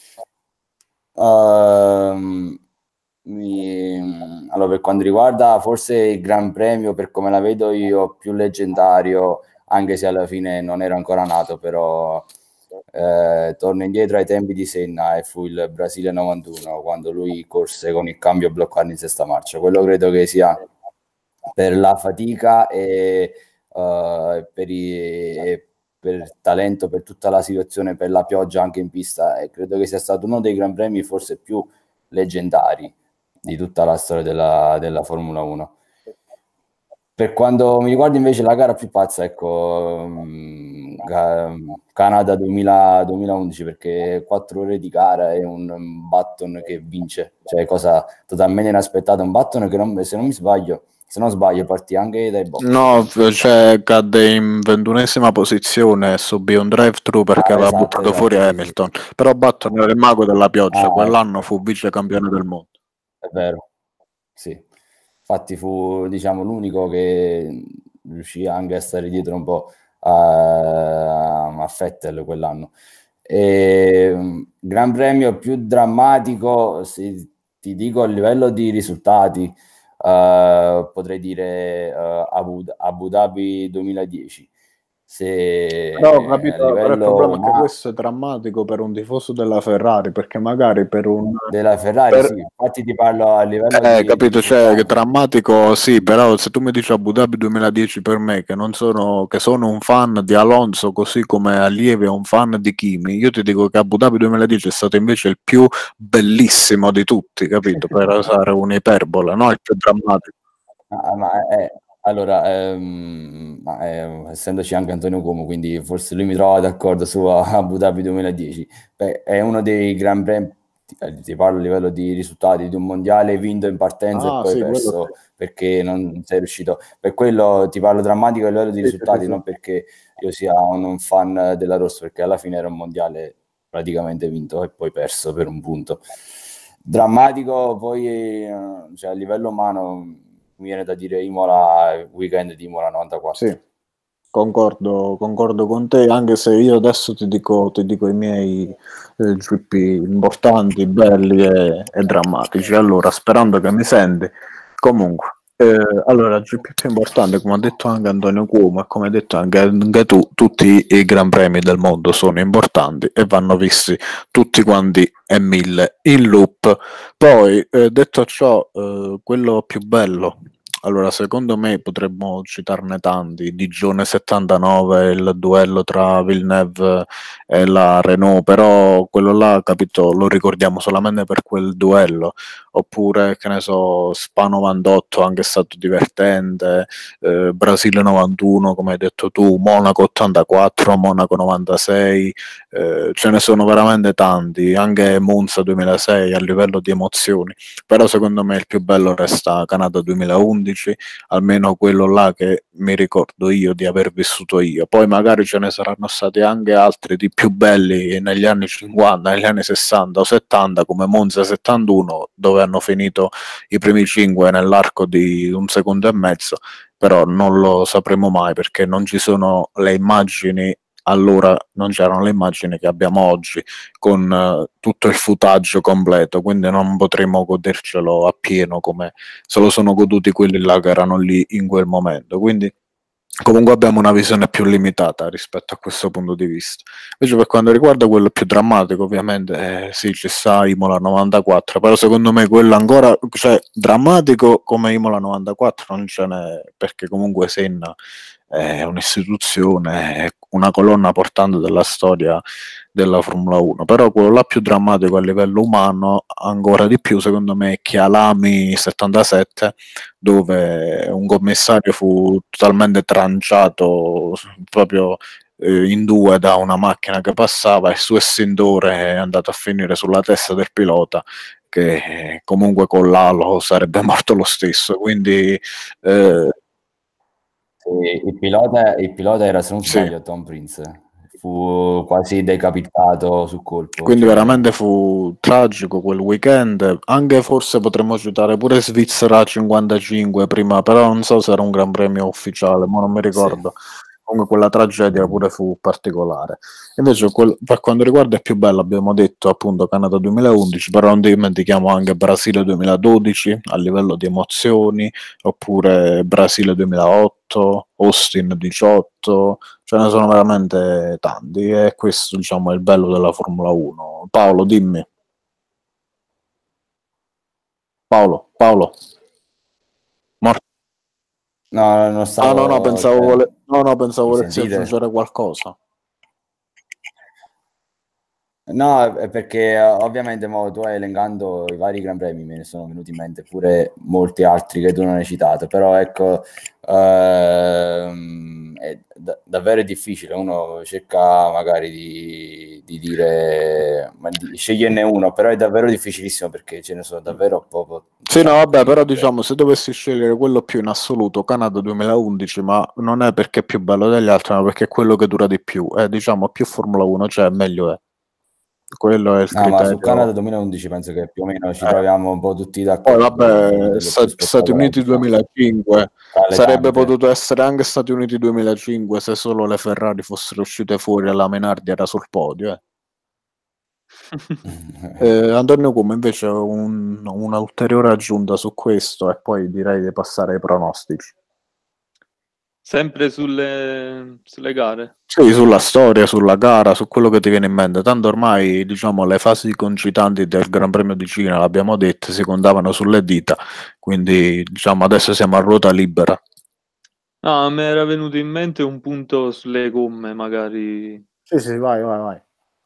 Allora, per quanto riguarda forse il Gran Premio, per come la vedo io, più leggendario, anche se alla fine non ero ancora nato, però torno indietro ai tempi di Senna e fu il Brasile 91, quando lui corse con il cambio bloccato in sesta marcia. Quello credo che sia, per la fatica e per il talento, per tutta la situazione, per la pioggia anche in pista, e credo che sia stato uno dei Gran Premi forse più leggendari di tutta la storia della Formula 1. Per quanto mi riguarda invece la gara più pazza, ecco, Canada 2011, perché 4 ore di gara e un Button che vince, cioè cosa totalmente inaspettata, un Button che se non sbaglio partì anche dai box. No, cioè cadde in 21esima posizione, subì un drive-thru perché aveva buttato fuori Hamilton, però Button era il mago della pioggia, quell'anno fu vice campione del mondo. È vero, sì. Infatti fu, diciamo, l'unico che riuscì anche a stare dietro un po' a Vettel quell'anno. Gran Premio più drammatico, ti dico a livello di risultati, potrei dire Abu Dhabi 2010. No, ho capito, però il problema è che questo è drammatico per un tifoso della Ferrari, perché magari per un... Della Ferrari, sì, infatti ti parlo a livello di... capito, cioè, che drammatico, sì, però se tu mi dici Abu Dhabi 2010 per me, che sono un fan di Alonso, così come Allievi è un fan di Kimi, io ti dico che Abu Dhabi 2010 è stato invece il più bellissimo di tutti, capito, per usare un'iperbole, no? Il più drammatico. Allora, essendoci anche Antonio Cuomo, quindi forse lui mi trova d'accordo su Abu Dhabi 2010. Beh, è uno dei Gran Premi, ti parlo a livello di risultati, di un mondiale vinto in partenza e poi perso perché non sei riuscito. Per quello ti parlo drammatico a livello di risultati, non perché io sia un fan della Rossa, perché alla fine era un mondiale praticamente vinto e poi perso per un punto. Drammatico poi, cioè, a livello umano, mi viene da dire weekend di Imola 94. Sì, concordo con te, anche se io adesso ti dico i miei GP importanti, belli e drammatici. Allora, sperando che mi senti, comunque, allora, il GP più importante, come ha detto anche Antonio Cuomo e come hai detto anche tu, tutti i Gran Premi del mondo sono importanti e vanno visti tutti quanti e 1000 in loop. Poi, detto ciò, quello più bello Allora, secondo me potremmo citarne tanti. Digione 79, il duello tra Villeneuve e la Renault, però quello là, capito, lo ricordiamo solamente per quel duello. Oppure, che ne so, Spa 98, anche è stato divertente, Brasile 91, come hai detto tu, Monaco 84, Monaco 96, ce ne sono veramente tanti, anche Monza 2006 a livello di emozioni. Però secondo me il più bello resta Canada 2011, almeno quello là che mi ricordo io di aver vissuto io. Poi magari ce ne saranno stati anche altri di più belli negli anni 50, negli anni 60 o 70, come Monza 71, dove hanno finito i primi 5 nell'arco di un secondo e mezzo, però non lo sapremo mai perché non ci sono le immagini, allora non c'erano le immagini che abbiamo oggi con tutto il footage completo, quindi non potremo godercelo appieno come se lo sono goduti quelli là che erano lì in quel momento. Quindi comunque abbiamo una visione più limitata rispetto a questo punto di vista. Invece per quanto riguarda quello più drammatico, ovviamente sì, ci sta Imola 94, però secondo me quello ancora, cioè drammatico come Imola 94 non ce n'è, perché comunque Senna è un'istituzione, è una colonna portante della storia della Formula 1, però quello là più drammatico a livello umano, ancora di più secondo me è Chialami 77, dove un commissario fu totalmente tranciato proprio in due da una macchina che passava e il suo estintore è andato a finire sulla testa del pilota che comunque con l'alo sarebbe morto lo stesso, quindi Il pilota era, se non sì. sbaglio, Tom Prince. Fu quasi decapitato sul colpo. Quindi Cioè, veramente fu tragico quel weekend, anche forse potremmo citare pure Svizzera 55 prima, però non so se era un gran premio ufficiale, ma non mi sì. ricordo. Comunque quella tragedia pure fu particolare. Invece per quanto riguarda il più bello abbiamo detto appunto Canada 2011, però non dimentichiamo anche Brasile 2012 a livello di emozioni, oppure Brasile 2008, Austin 18, ce ne sono veramente tanti e questo diciamo è il bello della Formula 1. Paolo, dimmi. Paolo. Mor- No, non ah no, no, stavo... Cioè, pensavo mi volessi sentite? aggiungere qualcosa. No, è perché ovviamente tu elencando i vari Gran Premi me ne sono venuti in mente pure molti altri che tu non hai citato, però ecco, è davvero difficile, uno cerca magari di dire, sceglierne uno, però è davvero difficilissimo perché ce ne sono davvero poco Sì, no, vabbè, tanti però Gran Premi. diciamo se dovessi scegliere quello più in assoluto, Canada 2011, ma non è perché è più bello degli altri, ma perché è quello che dura di più. Diciamo, più Formula 1 c'è, meglio è. Quello è il No, ma su criterio. Canada 2011 penso che più o meno ci Eh, troviamo un po' tutti Poi d'accordo, è uno vabbè, delle più Stati spettacolari, Uniti diciamo, 2005 tra le sarebbe tante. potuto essere anche Stati Uniti 2005 se solo le Ferrari fossero uscite fuori e la Menardi era sul podio. Antonio Come invece una ulteriore aggiunta su questo e poi direi di passare ai pronostici. Sempre sulle gare. Sì, sulla storia, sulla gara, su quello che ti viene in mente. Tanto ormai, diciamo, le fasi concitanti del Gran Premio di Cina, l'abbiamo detto, si contavano sulle dita, quindi diciamo adesso siamo a ruota libera. No, mi era venuto in mente un punto sulle gomme, magari. Sì, sì, vai.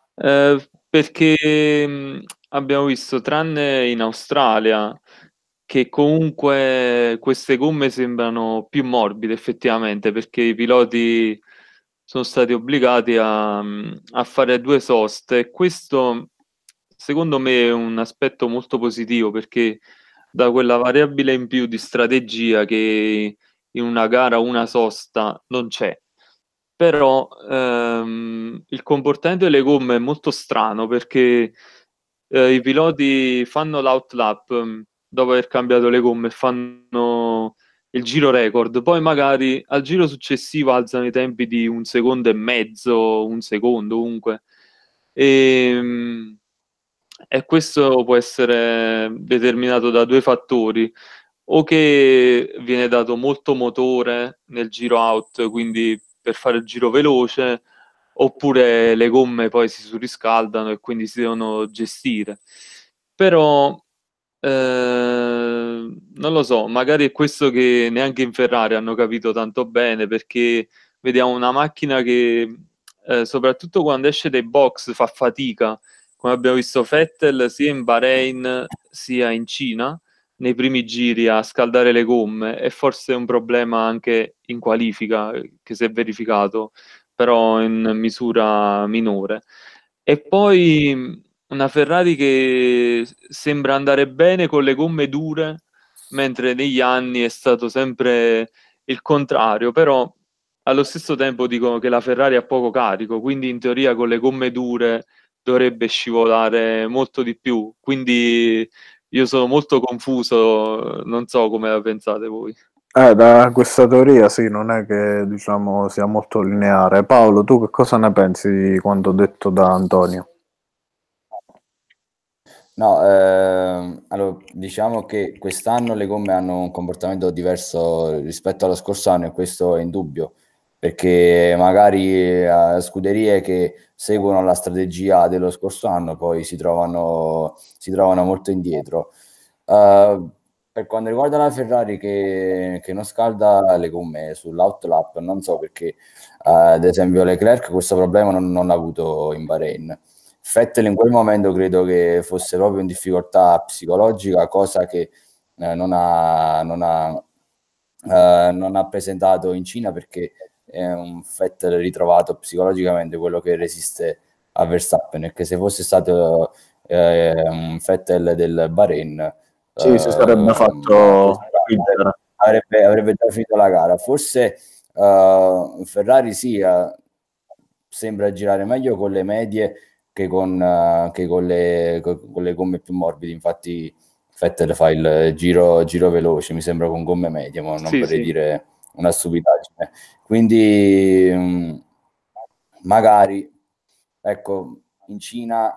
Perché abbiamo visto, tranne in Australia, che comunque queste gomme sembrano più morbide effettivamente, perché i piloti sono stati obbligati a fare due soste. E questo, secondo me, è un aspetto molto positivo, perché da quella variabile in più di strategia che in una gara una sosta non c'è. Però il comportamento delle gomme è molto strano perché i piloti fanno l'outlap dopo aver cambiato le gomme, fanno il giro record, poi magari al giro successivo alzano i tempi di un secondo e mezzo, un secondo comunque. E, e questo può essere determinato da due fattori: o che viene dato molto motore nel giro out, quindi per fare il giro veloce, oppure le gomme poi si surriscaldano e quindi si devono gestire. Però Non lo so, magari è questo che neanche in Ferrari hanno capito tanto bene, perché vediamo una macchina che soprattutto quando esce dai box fa fatica, come abbiamo visto Vettel sia in Bahrain sia in Cina, nei primi giri a scaldare le gomme, e forse è un problema anche in qualifica che si è verificato, però in misura minore. E poi una Ferrari che sembra andare bene con le gomme dure, mentre negli anni è stato sempre il contrario, però allo stesso tempo dicono che la Ferrari ha poco carico, quindi in teoria con le gomme dure dovrebbe scivolare molto di più, quindi io sono molto confuso, non so come la pensate voi. Da questa teoria sì, non è che diciamo sia molto lineare. Paolo, tu che cosa ne pensi di quanto detto da Antonio? No, allora diciamo che quest'anno le gomme hanno un comportamento diverso rispetto allo scorso anno, e questo è indubbio, perché magari scuderie che seguono la strategia dello scorso anno poi si trovano molto indietro. Per quanto riguarda la Ferrari che non scalda le gomme sull'outlap, non so perché, ad esempio Leclerc questo problema non l'ha avuto in Bahrain. Vettel in quel momento credo che fosse proprio in difficoltà psicologica, cosa che non ha presentato in Cina, perché è un Vettel ritrovato psicologicamente, quello che resiste a Verstappen, e che se fosse stato un Vettel del Bahrain Sì, si sarebbe fatto vincere. avrebbe già finito la gara. Forse Ferrari sì, sembra girare meglio con le medie che con le gomme più morbide. Infatti Vettel fa il giro veloce, mi sembra, con gomme medie, ma non Sì, vorrei sì. dire una stupidaggine. Quindi magari, ecco, in Cina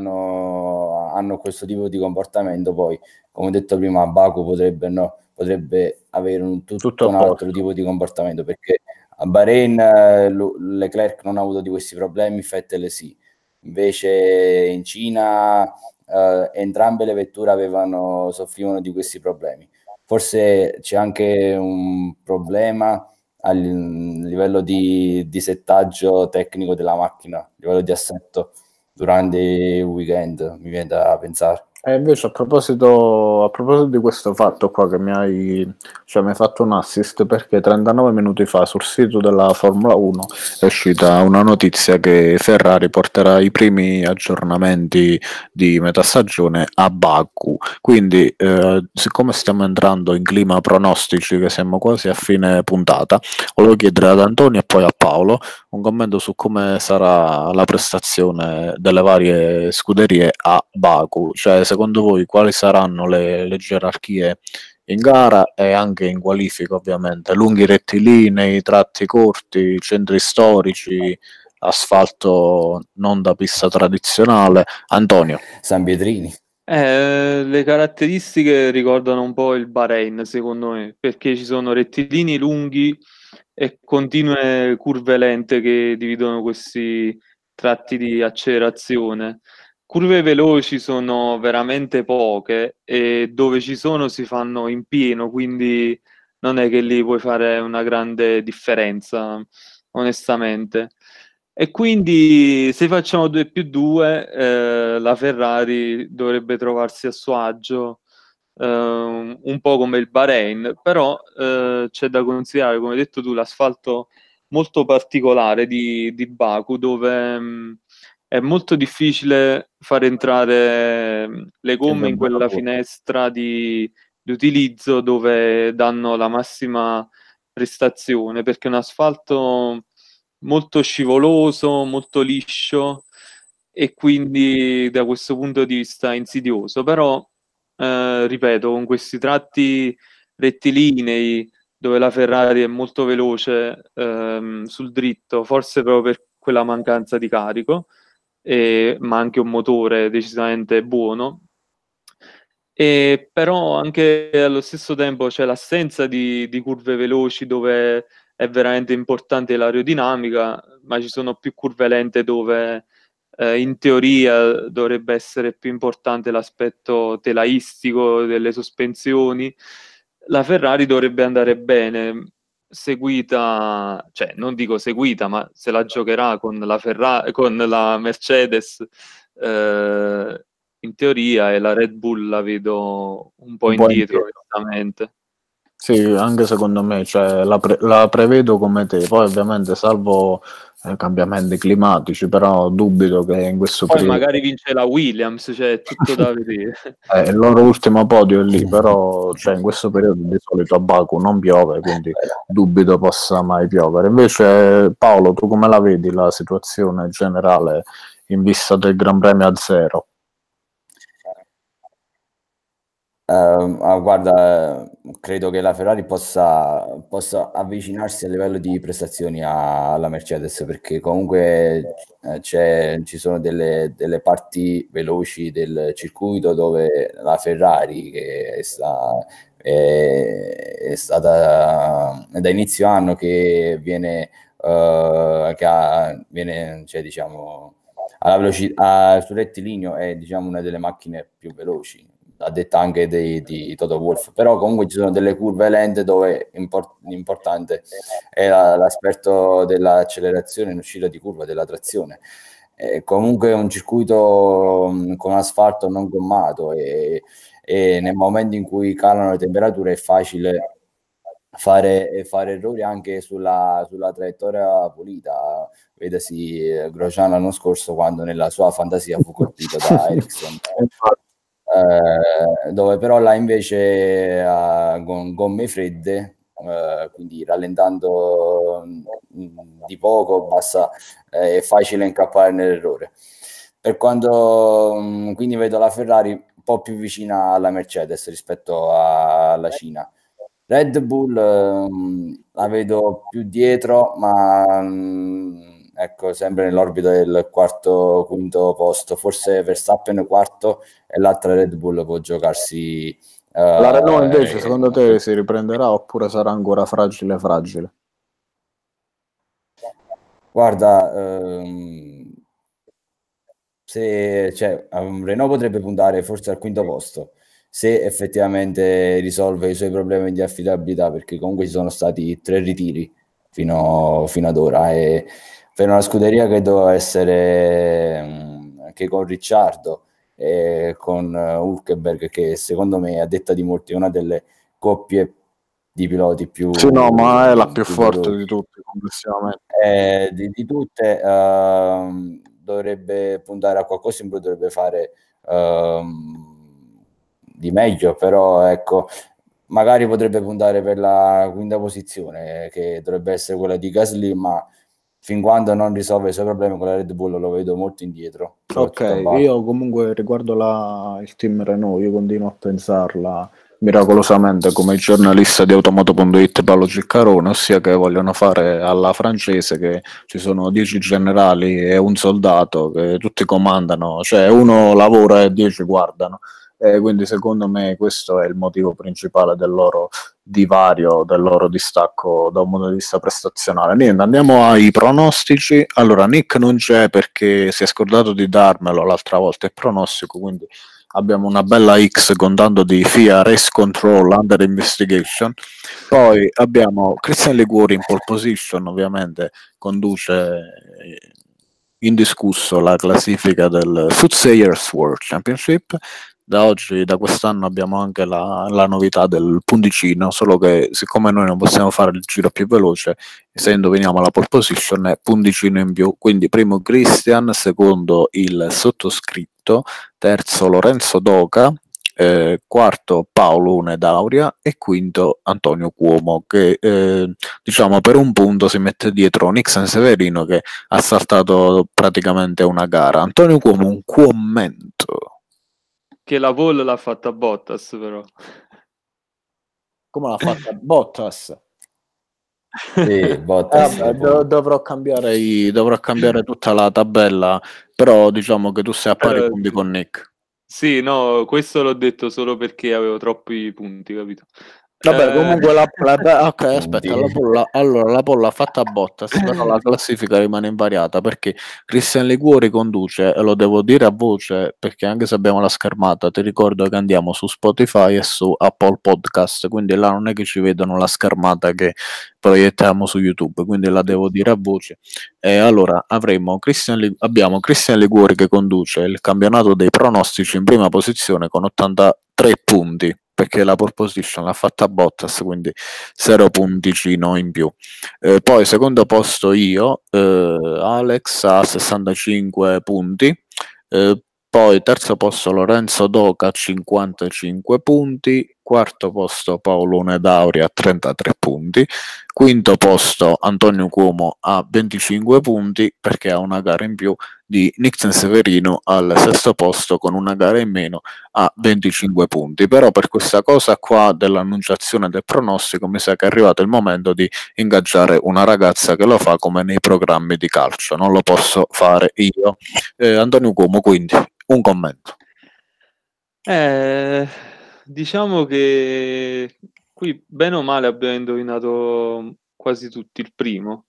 hanno questo tipo di comportamento. Poi, come ho detto prima, Baku potrebbe avere Tutto tutto a un altro posto. tipo di comportamento, perché a Bahrain Leclerc non ha avuto di questi problemi, Vettel sì. Invece in Cina entrambe le vetture soffrivano di questi problemi. Forse c'è anche un problema a livello di settaggio tecnico della macchina, a livello di assetto durante il weekend, mi viene da pensare. E invece a proposito di questo fatto qua che mi hai fatto un assist, perché 39 minuti fa sul sito della Formula 1 è uscita una notizia che Ferrari porterà i primi aggiornamenti di metà stagione a Baku. Quindi, siccome stiamo entrando in clima pronostici, che siamo quasi a fine puntata, volevo chiedere ad Antonio e poi a Paolo un commento su come sarà la prestazione delle varie scuderie a Baku. Cioè, secondo voi quali saranno le gerarchie in gara e anche in qualifica, ovviamente? Lunghi rettilinei, tratti corti, centri storici, asfalto non da pista tradizionale. Antonio. San Pietrini. Le caratteristiche ricordano un po' il Bahrain, secondo me, perché ci sono rettilini lunghi e continue curve lente che dividono questi tratti di accelerazione. Curve veloci sono veramente poche, e dove ci sono si fanno in pieno, quindi non è che lì puoi fare una grande differenza, onestamente. E quindi se facciamo 2+2, la Ferrari dovrebbe trovarsi a suo agio, un po' come il Bahrain, però c'è da considerare, come hai detto tu, l'asfalto molto particolare di Baku, dove è molto difficile far entrare le gomme in quella finestra di utilizzo dove danno la massima prestazione, perché è un asfalto molto scivoloso, molto liscio, e quindi da questo punto di vista insidioso. Però, ripeto, con questi tratti rettilinei dove la Ferrari è molto veloce sul dritto, forse proprio per quella mancanza di carico, ma anche un motore decisamente buono. E però anche allo stesso tempo c'è l'assenza di curve veloci dove è veramente importante l'aerodinamica, ma ci sono più curve lente dove in teoria dovrebbe essere più importante l'aspetto telaistico delle sospensioni. La Ferrari dovrebbe andare bene, seguita, cioè non dico seguita, ma se la giocherà con la Mercedes, in teoria, e la Red Bull la vedo un po' indietro, onestamente. Sì, anche secondo me, cioè, la prevedo come te, poi ovviamente salvo cambiamenti climatici, però dubito che in questo Poi periodo... magari vince la Williams, cioè è tutto da vedere. Il loro ultimo podio è lì, però cioè, in questo periodo di solito a Baku non piove, quindi dubito possa mai piovere. Invece Paolo, tu come la vedi la situazione generale in vista del Gran Premio a zero? Guarda, credo che la Ferrari possa avvicinarsi a livello di prestazioni alla Mercedes, perché comunque ci sono delle parti veloci del circuito dove la Ferrari, che è stata da inizio anno che viene, cioè, diciamo, alla velocità sul rettilineo, è, diciamo, una delle macchine più veloci, a detta anche di Toto Wolff, però comunque ci sono delle curve lente dove l'importante è l'aspetto dell'accelerazione in uscita di curva, della trazione. Comunque è un circuito con asfalto non gommato, e nel momento in cui calano le temperature è facile fare errori anche sulla traiettoria pulita. Vedasi Grosjean l'anno scorso, quando nella sua fantasia fu colpito da Ericsson, dove però là invece con gomme fredde, quindi rallentando di poco, è facile incappare nell'errore. Per quanto quindi vedo la Ferrari un po' più vicina alla Mercedes rispetto alla Cina. Red Bull la vedo più dietro, ma ecco, sempre nell'orbita del quarto, quinto posto. Forse Verstappen quarto e l'altra Red Bull può giocarsi. La Renault invece secondo te si riprenderà oppure sarà ancora fragile? Guarda, Renault potrebbe puntare forse al quinto posto, se effettivamente risolve i suoi problemi di affidabilità, perché comunque ci sono stati 3 ritiri fino ad ora, e per una scuderia che doveva essere che con Ricciardo e con Hülkenberg, che secondo me, a detta di molti, è una delle coppie di piloti più... Sì, no, ma è la più forte veloci di tutti complessivamente. di tutte. Dovrebbe puntare a qualcosa in più, dovrebbe fare di meglio, però ecco, magari potrebbe puntare per la quinta posizione, che dovrebbe essere quella di Gasly, ma fin quando non risolve i suoi problemi con la Red Bull lo vedo molto indietro. Ok, io comunque riguardo il team Renault, io continuo a pensarla miracolosamente come il giornalista di Automoto.it Paolo Ciccarone, ossia che vogliono fare alla francese che ci sono 10 generali e un soldato che tutti comandano, cioè uno lavora e 10 guardano. Quindi secondo me questo è il motivo principale del loro divario, del loro distacco da un punto di vista prestazionale. Niente, andiamo ai pronostici. Allora, Nick non c'è perché si è scordato di darmelo l'altra volta il pronostico, quindi abbiamo una bella X contando di FIA Race Control Under Investigation. Poi abbiamo Christian Liguori in pole position, ovviamente conduce indiscusso la classifica del Soothsayers World Championship. Da quest'anno abbiamo anche la novità del punticino, solo che siccome noi non possiamo fare il giro più veloce, se indoviniamo la pole position è punticino in più, quindi primo Christian, secondo il sottoscritto, terzo Lorenzo Doca, quarto Paolo Unedauria e quinto Antonio Cuomo, che diciamo per un punto si mette dietro Nixon Severino, che ha saltato praticamente una gara. Antonio Cuomo, un commento. Che la pole l'ha fatta Bottas, però. Come l'ha fatta Bottas? Sì, Bottas. Dovrò cambiare tutta la tabella, però diciamo che tu sei a pari punti con Nick. Sì, no, questo l'ho detto solo perché avevo troppi punti, capito? Vabbè, comunque ok, aspetta, la polla fatta a Bottas, però la classifica rimane invariata perché Christian Liguori conduce, e lo devo dire a voce perché anche se abbiamo la schermata, ti ricordo che andiamo su Spotify e su Apple Podcast, quindi là non è che ci vedono la schermata che proiettiamo su YouTube, quindi la devo dire a voce. E allora abbiamo Christian Liguori che conduce il campionato dei pronostici in prima posizione con 83 punti, perché la pole position l'ha fatta Bottas, quindi 0 punticino in più. Poi secondo posto io, Alex a 65 punti, poi terzo posto Lorenzo Doca a 55 punti, quarto posto Paolo Nedauri a 33 punti, quinto posto Antonio Cuomo a 25 punti perché ha una gara in più di Nixon Severino al sesto posto con una gara in meno a 25 punti. Però per questa cosa qua dell'annunciazione del pronostico mi sa che è arrivato il momento di ingaggiare una ragazza che lo fa come nei programmi di calcio, non lo posso fare io. Antonio Cuomo, quindi un commento. Diciamo che qui bene o male abbiamo indovinato quasi tutti il primo,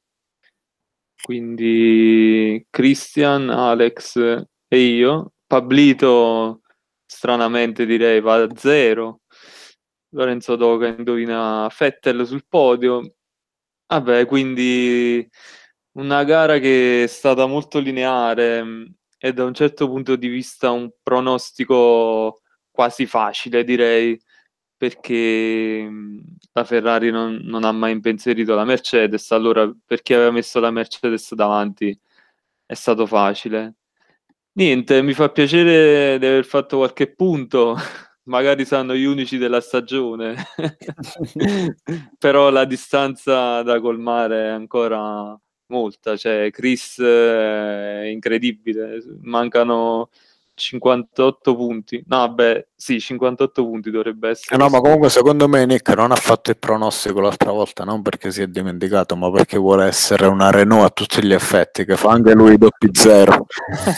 quindi Christian, Alex e io. Pablito stranamente direi va a 0, Lorenzo Doca indovina Vettel sul podio. Vabbè, quindi una gara che è stata molto lineare e da un certo punto di vista un pronostico quasi facile, direi, perché la Ferrari non ha mai impensierito la Mercedes, allora per chi aveva messo la Mercedes davanti è stato facile. Niente, mi fa piacere di aver fatto qualche punto, magari saranno gli unici della stagione, però la distanza da colmare è ancora molta, cioè Chris è incredibile, mancano 58 punti, no beh sì, 58 punti dovrebbe essere. No, ma comunque secondo me Nick non ha fatto il pronostico l'altra volta, non perché si è dimenticato, ma perché vuole essere una Renault a tutti gli effetti, che fa anche lui doppi zero.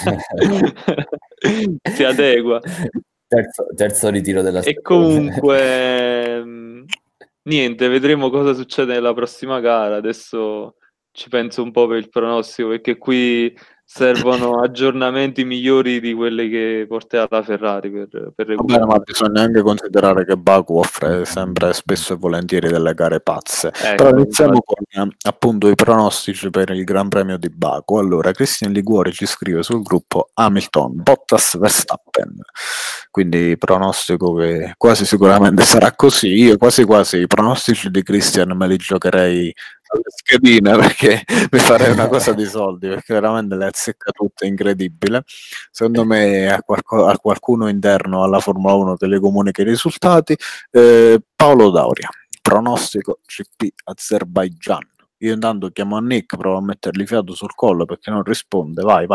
Si adegua. Terzo ritiro della stagione. E comunque niente, vedremo cosa succede nella prossima gara. Adesso ci penso un po' per il pronostico, perché qui servono aggiornamenti migliori di quelli che porterà la Ferrari per recuperare. Vabbè, ma bisogna anche considerare che Baku offre sempre spesso e volentieri delle gare pazze. Però iniziamo con appunto i pronostici per il Gran Premio di Baku. Allora, Christian Liguori ci scrive sul gruppo Hamilton, Bottas, Verstappen. Quindi pronostico che quasi sicuramente sarà così. Io quasi i pronostici di Christian me li giocherei alle schedine perché mi farei una cosa di soldi, perché veramente le azzecca tutte, incredibile. Secondo me a qualcuno interno alla Formula 1 che le comunica i risultati. Paolo Dauria, pronostico GP Azerbaijan. Io intanto chiamo a Nick, provo a mettergli fiato sul collo perché non risponde. Vai.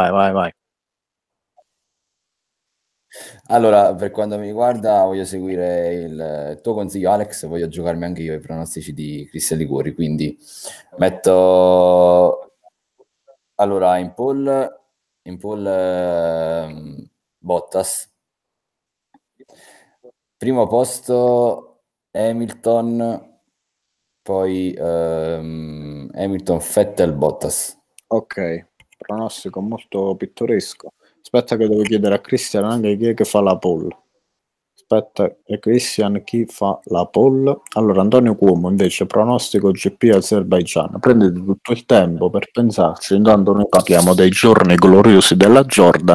Allora, per quanto mi riguarda, voglio seguire il tuo consiglio, Alex. Voglio giocarmi anche io i pronostici di Christian Liguori. Quindi metto allora in pole Bottas, primo posto Hamilton, poi Hamilton, Vettel, Bottas. Ok, pronostico molto pittoresco. Aspetta che devo chiedere a Christian anche chi è che fa la pole. Aspetta, Christian, chi fa la pole? Allora, Antonio Cuomo invece, pronostico GP Azerbaijan. Prendete tutto il tempo per pensarci, intanto noi parliamo dei giorni gloriosi della Jordan.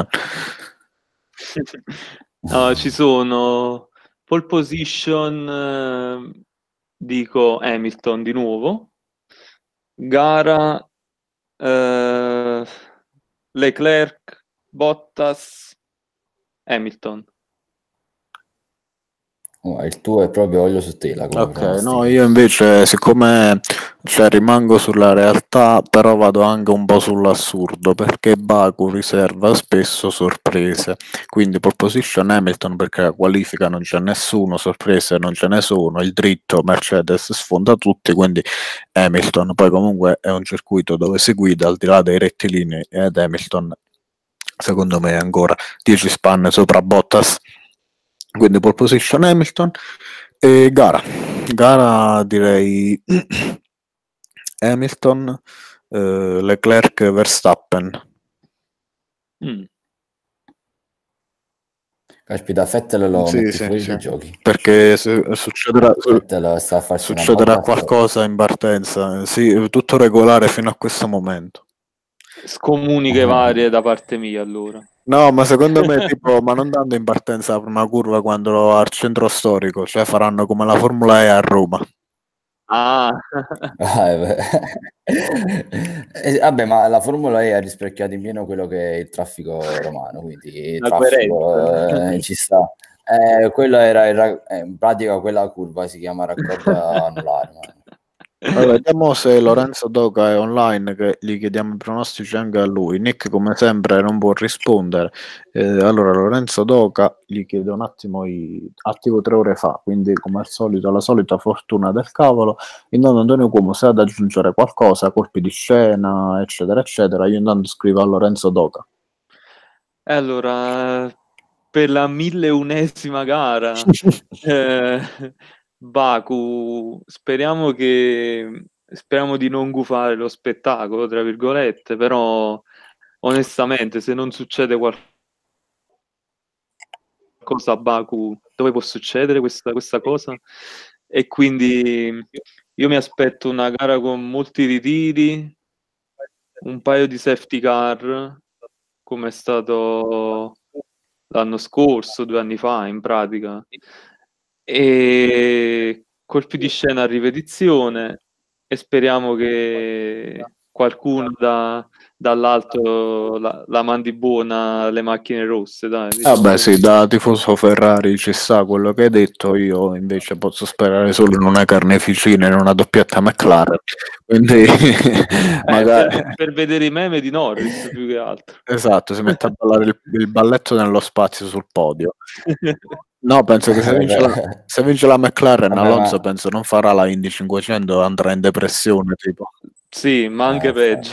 No, ci sono pole position, dico Hamilton di nuovo, gara Leclerc, Bottas, Hamilton. Il tuo è proprio olio su tela. Ok, no, io invece siccome rimango sulla realtà, però vado anche un po' sull'assurdo, perché Baku riserva spesso sorprese, quindi pole position Hamilton perché la qualifica non c'è nessuno, sorprese non ce ne sono, il dritto Mercedes sfonda tutti, quindi Hamilton. Poi comunque è un circuito dove si guida al di là dei rettilinei ed Hamilton secondo me è ancora 10 spanne sopra Bottas, quindi pole position Hamilton. E gara Gara direi Hamilton, Leclerc, Verstappen. Caspita, Vettel lo Sì, metti sì, fuori sì. dai giochi. Perché succederà Vettel sta a farsi una succederà botta qualcosa in partenza. Sì, tutto regolare fino a questo momento. Scomuniche varie da parte mia, allora. No, ma secondo me tipo, ma non dando in partenza la prima curva quando al centro storico, cioè faranno come la Formula E a Roma. Ah, vabbè, ma la Formula E ha rispecchiato in pieno quello che è il traffico romano, quindi il la traffico coerenza. ci sta. Quello era in pratica quella curva si chiama raccordo anulare. Allora, vediamo se Lorenzo Doca è online, che gli chiediamo i pronostici anche a lui. Nick, come sempre, non può rispondere. Allora, Lorenzo Doca gli chiedo un attimo, attivo 3 ore fa, quindi come al solito, la solita fortuna del cavolo. Intanto Antonio Cuomo, se ha da aggiungere qualcosa, colpi di scena, eccetera, eccetera, io intanto scrivo a Lorenzo Doca. Allora, per la 1001esima gara, Baku, speriamo di non gufare lo spettacolo, tra virgolette, però onestamente se non succede qualcosa a Baku, dove può succedere questa cosa? E quindi io mi aspetto una gara con molti ritiri, un paio di safety car, come è stato l'anno scorso, 2 anni fa in pratica, e colpi di scena a ripetizione, e speriamo che qualcuno dall'alto la mandi buona alle macchine rosse, dai, diciamo. Vabbè, sì, da tifoso Ferrari ci sta quello che hai detto, io invece posso sperare solo in una carneficina, in una doppietta McLaren, quindi magari... per vedere i meme di Norris più che altro. Esatto, si mette a ballare il balletto nello spazio sul podio. No, penso che se vince la McLaren, Vabbè, Alonso penso non farà la Indy 500, andrà in depressione tipo. Sì, ma anche peggio.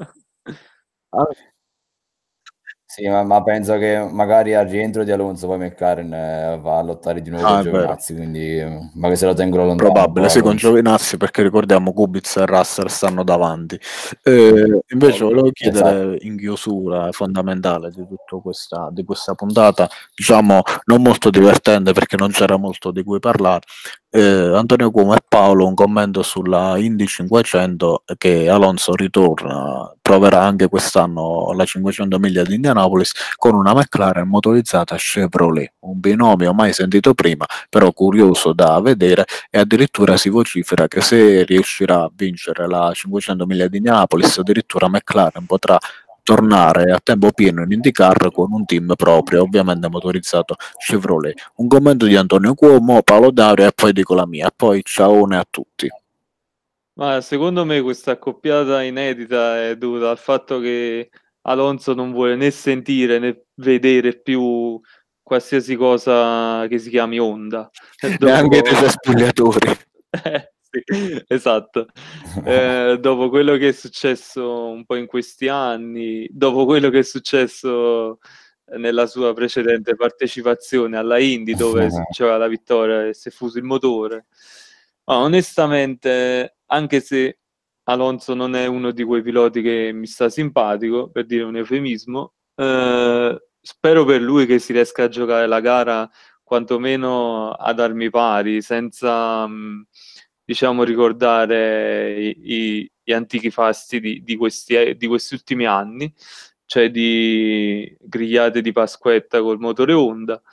Sì, ma penso che magari al rientro di Alonso poi McLaren va a lottare di nuovo con Giovinazzi, quindi magari se lo tengono lontano. Probabile, sì, con Giovinazzi, perché ricordiamo Kubica e Russell stanno davanti. Invece volevo chiedere in chiusura fondamentale di tutta di questa puntata, diciamo non molto divertente perché non c'era molto di cui parlare. Antonio Cuomo e Paolo un commento sulla Indy 500, che Alonso ritorna, proverà anche quest'anno la 500 miglia di Indianapolis con una McLaren motorizzata Chevrolet, un binomio mai sentito prima, però curioso da vedere, e addirittura si vocifera che se riuscirà a vincere la 500 miglia di Indianapolis, addirittura McLaren potrà tornare a tempo pieno in IndyCar con un team proprio, ovviamente motorizzato Chevrolet. Un commento di Antonio Cuomo, Paolo Dario, e poi dico la mia, e poi ciaone a tutti. Ma secondo me questa accoppiata inedita è dovuta al fatto che Alonso non vuole né sentire né vedere più qualsiasi cosa che si chiami Honda. Neanche dei spogliatori. Sì, esatto. Dopo quello che è successo un po' in questi anni, dopo quello che è successo nella sua precedente partecipazione alla Indy, dove c'era la vittoria e si è fuso il motore, ma onestamente, anche se Alonso non è uno di quei piloti che mi sta simpatico, per dire un eufemismo, spero per lui che si riesca a giocare la gara quantomeno ad armi pari, senza diciamo ricordare gli antichi fasti di questi ultimi anni, cioè di grigliate di Pasquetta col motore Honda.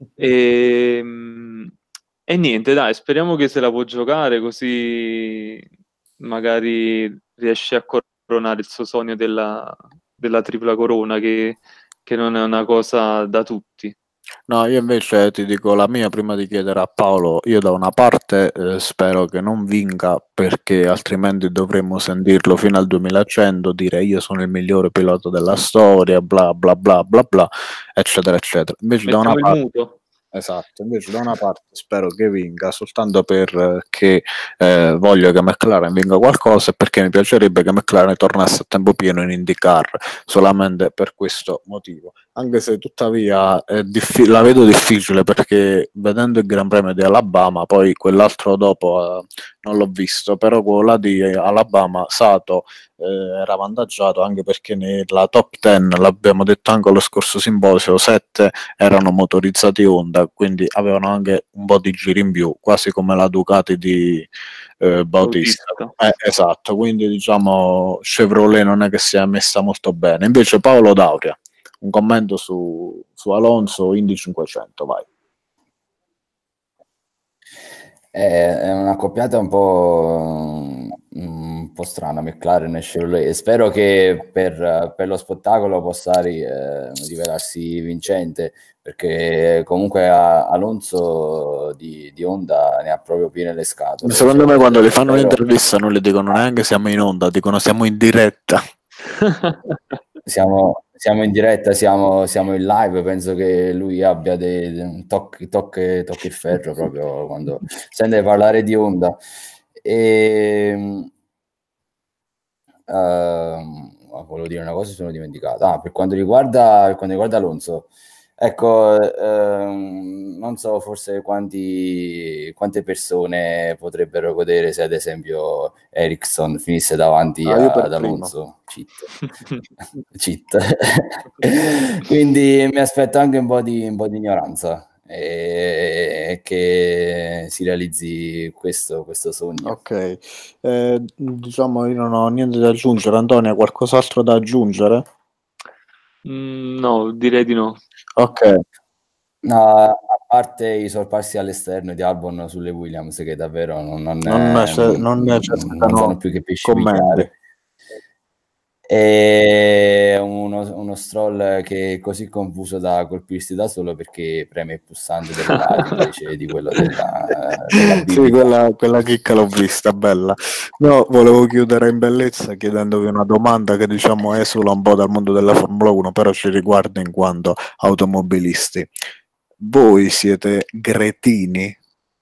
E niente, dai, speriamo che se la può giocare, così magari riesce a coronare il suo sogno della tripla corona, che non è una cosa da tutti. No, io invece ti dico la mia prima di chiedere a Paolo. Io da una parte spero che non vinca, perché altrimenti dovremmo sentirlo fino al 2100 dire io sono il migliore pilota della storia, bla bla bla bla bla, eccetera eccetera. Invece da una parte, esatto, invece da una parte spero che vinca soltanto perché voglio che McLaren vinca qualcosa, e perché mi piacerebbe che McLaren tornasse a tempo pieno in IndyCar, solamente per questo motivo. anche se tuttavia la vedo difficile, perché vedendo il Gran Premio di Alabama, poi quell'altro dopo non l'ho visto, però quello là di Alabama, Sato era avvantaggiato, anche perché nella top 10, l'abbiamo detto anche allo scorso simposio, 7 erano motorizzati Honda, quindi avevano anche un po' di giri in più, quasi come la Ducati di Bautista. Esatto, quindi diciamo Chevrolet non è che sia messa molto bene. Invece Paolo Dauria, un commento su Alonso, Indy 500, vai. È una coppiata un po' strana, McLaren e Chevrolet. Spero che per lo spettacolo possa rivelarsi vincente, perché comunque Alonso di Honda ne ha proprio piene le scatole. Secondo me quando le fanno un'intervista non le dicono neanche siamo in onda, dicono siamo in diretta. Siamo in diretta, siamo in live. Penso che lui abbia tocchi il ferro proprio quando sente parlare di Honda. Volevo dire una cosa, sono dimenticato. Per quanto riguarda Alonso, ecco, non so forse quante persone potrebbero godere se ad esempio Ericsson finisse davanti ad Alonso. Cheat. Quindi mi aspetto anche un po' di ignoranza e che si realizzi questo sogno. Ok, diciamo io non ho niente da aggiungere. Antonio, qualcos'altro da aggiungere? No, direi di no. Ok. No, a parte i sorpassi all'esterno di Albon sulle Williams, che davvero non sanno più che pesci pigliare. E uno Stroll che è così confuso da colpirsi da solo perché preme il pulsante del radio invece di quello della sì, quella chicca l'ho vista, bella. No, volevo chiudere in bellezza chiedendovi una domanda che diciamo esula un po' dal mondo della Formula 1, però ci riguarda in quanto automobilisti. Voi siete gretini?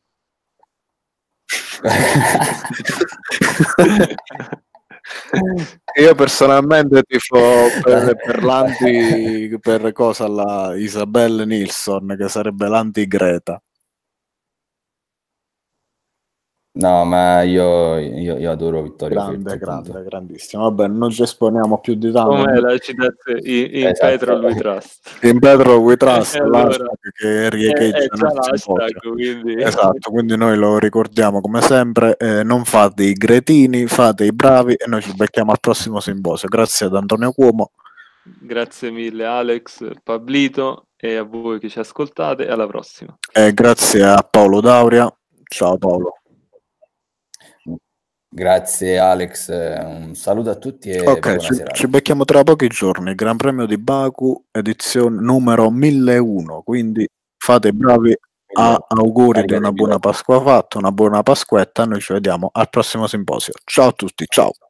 Io personalmente tifo per l'anti, per cosa, la Isabelle Nilsson, che sarebbe l'anti-Greta. No, ma io adoro Vittorio Feltri. Grandissimo. Vabbè, non ci esponiamo più di tanto. Com'è la citazione? In Petrol We Trust. In Petrol We Trust, allora, che riecheggia quindi. Esatto, quindi noi lo ricordiamo come sempre, non fate i gretini, fate i bravi, e noi ci becchiamo al prossimo simposio. Grazie ad Antonio Cuomo. Grazie mille Alex, Pablito, e a voi che ci ascoltate, alla prossima. Grazie a Paolo Dauria. Ciao Paolo. Grazie Alex, un saluto a tutti e buona serata. Ci becchiamo tra pochi giorni, Gran Premio di Baku, edizione numero 1001, quindi fate bravi, auguri di una buona Pasqua fatta, una buona Pasquetta, noi ci vediamo al prossimo simposio. Ciao a tutti, ciao!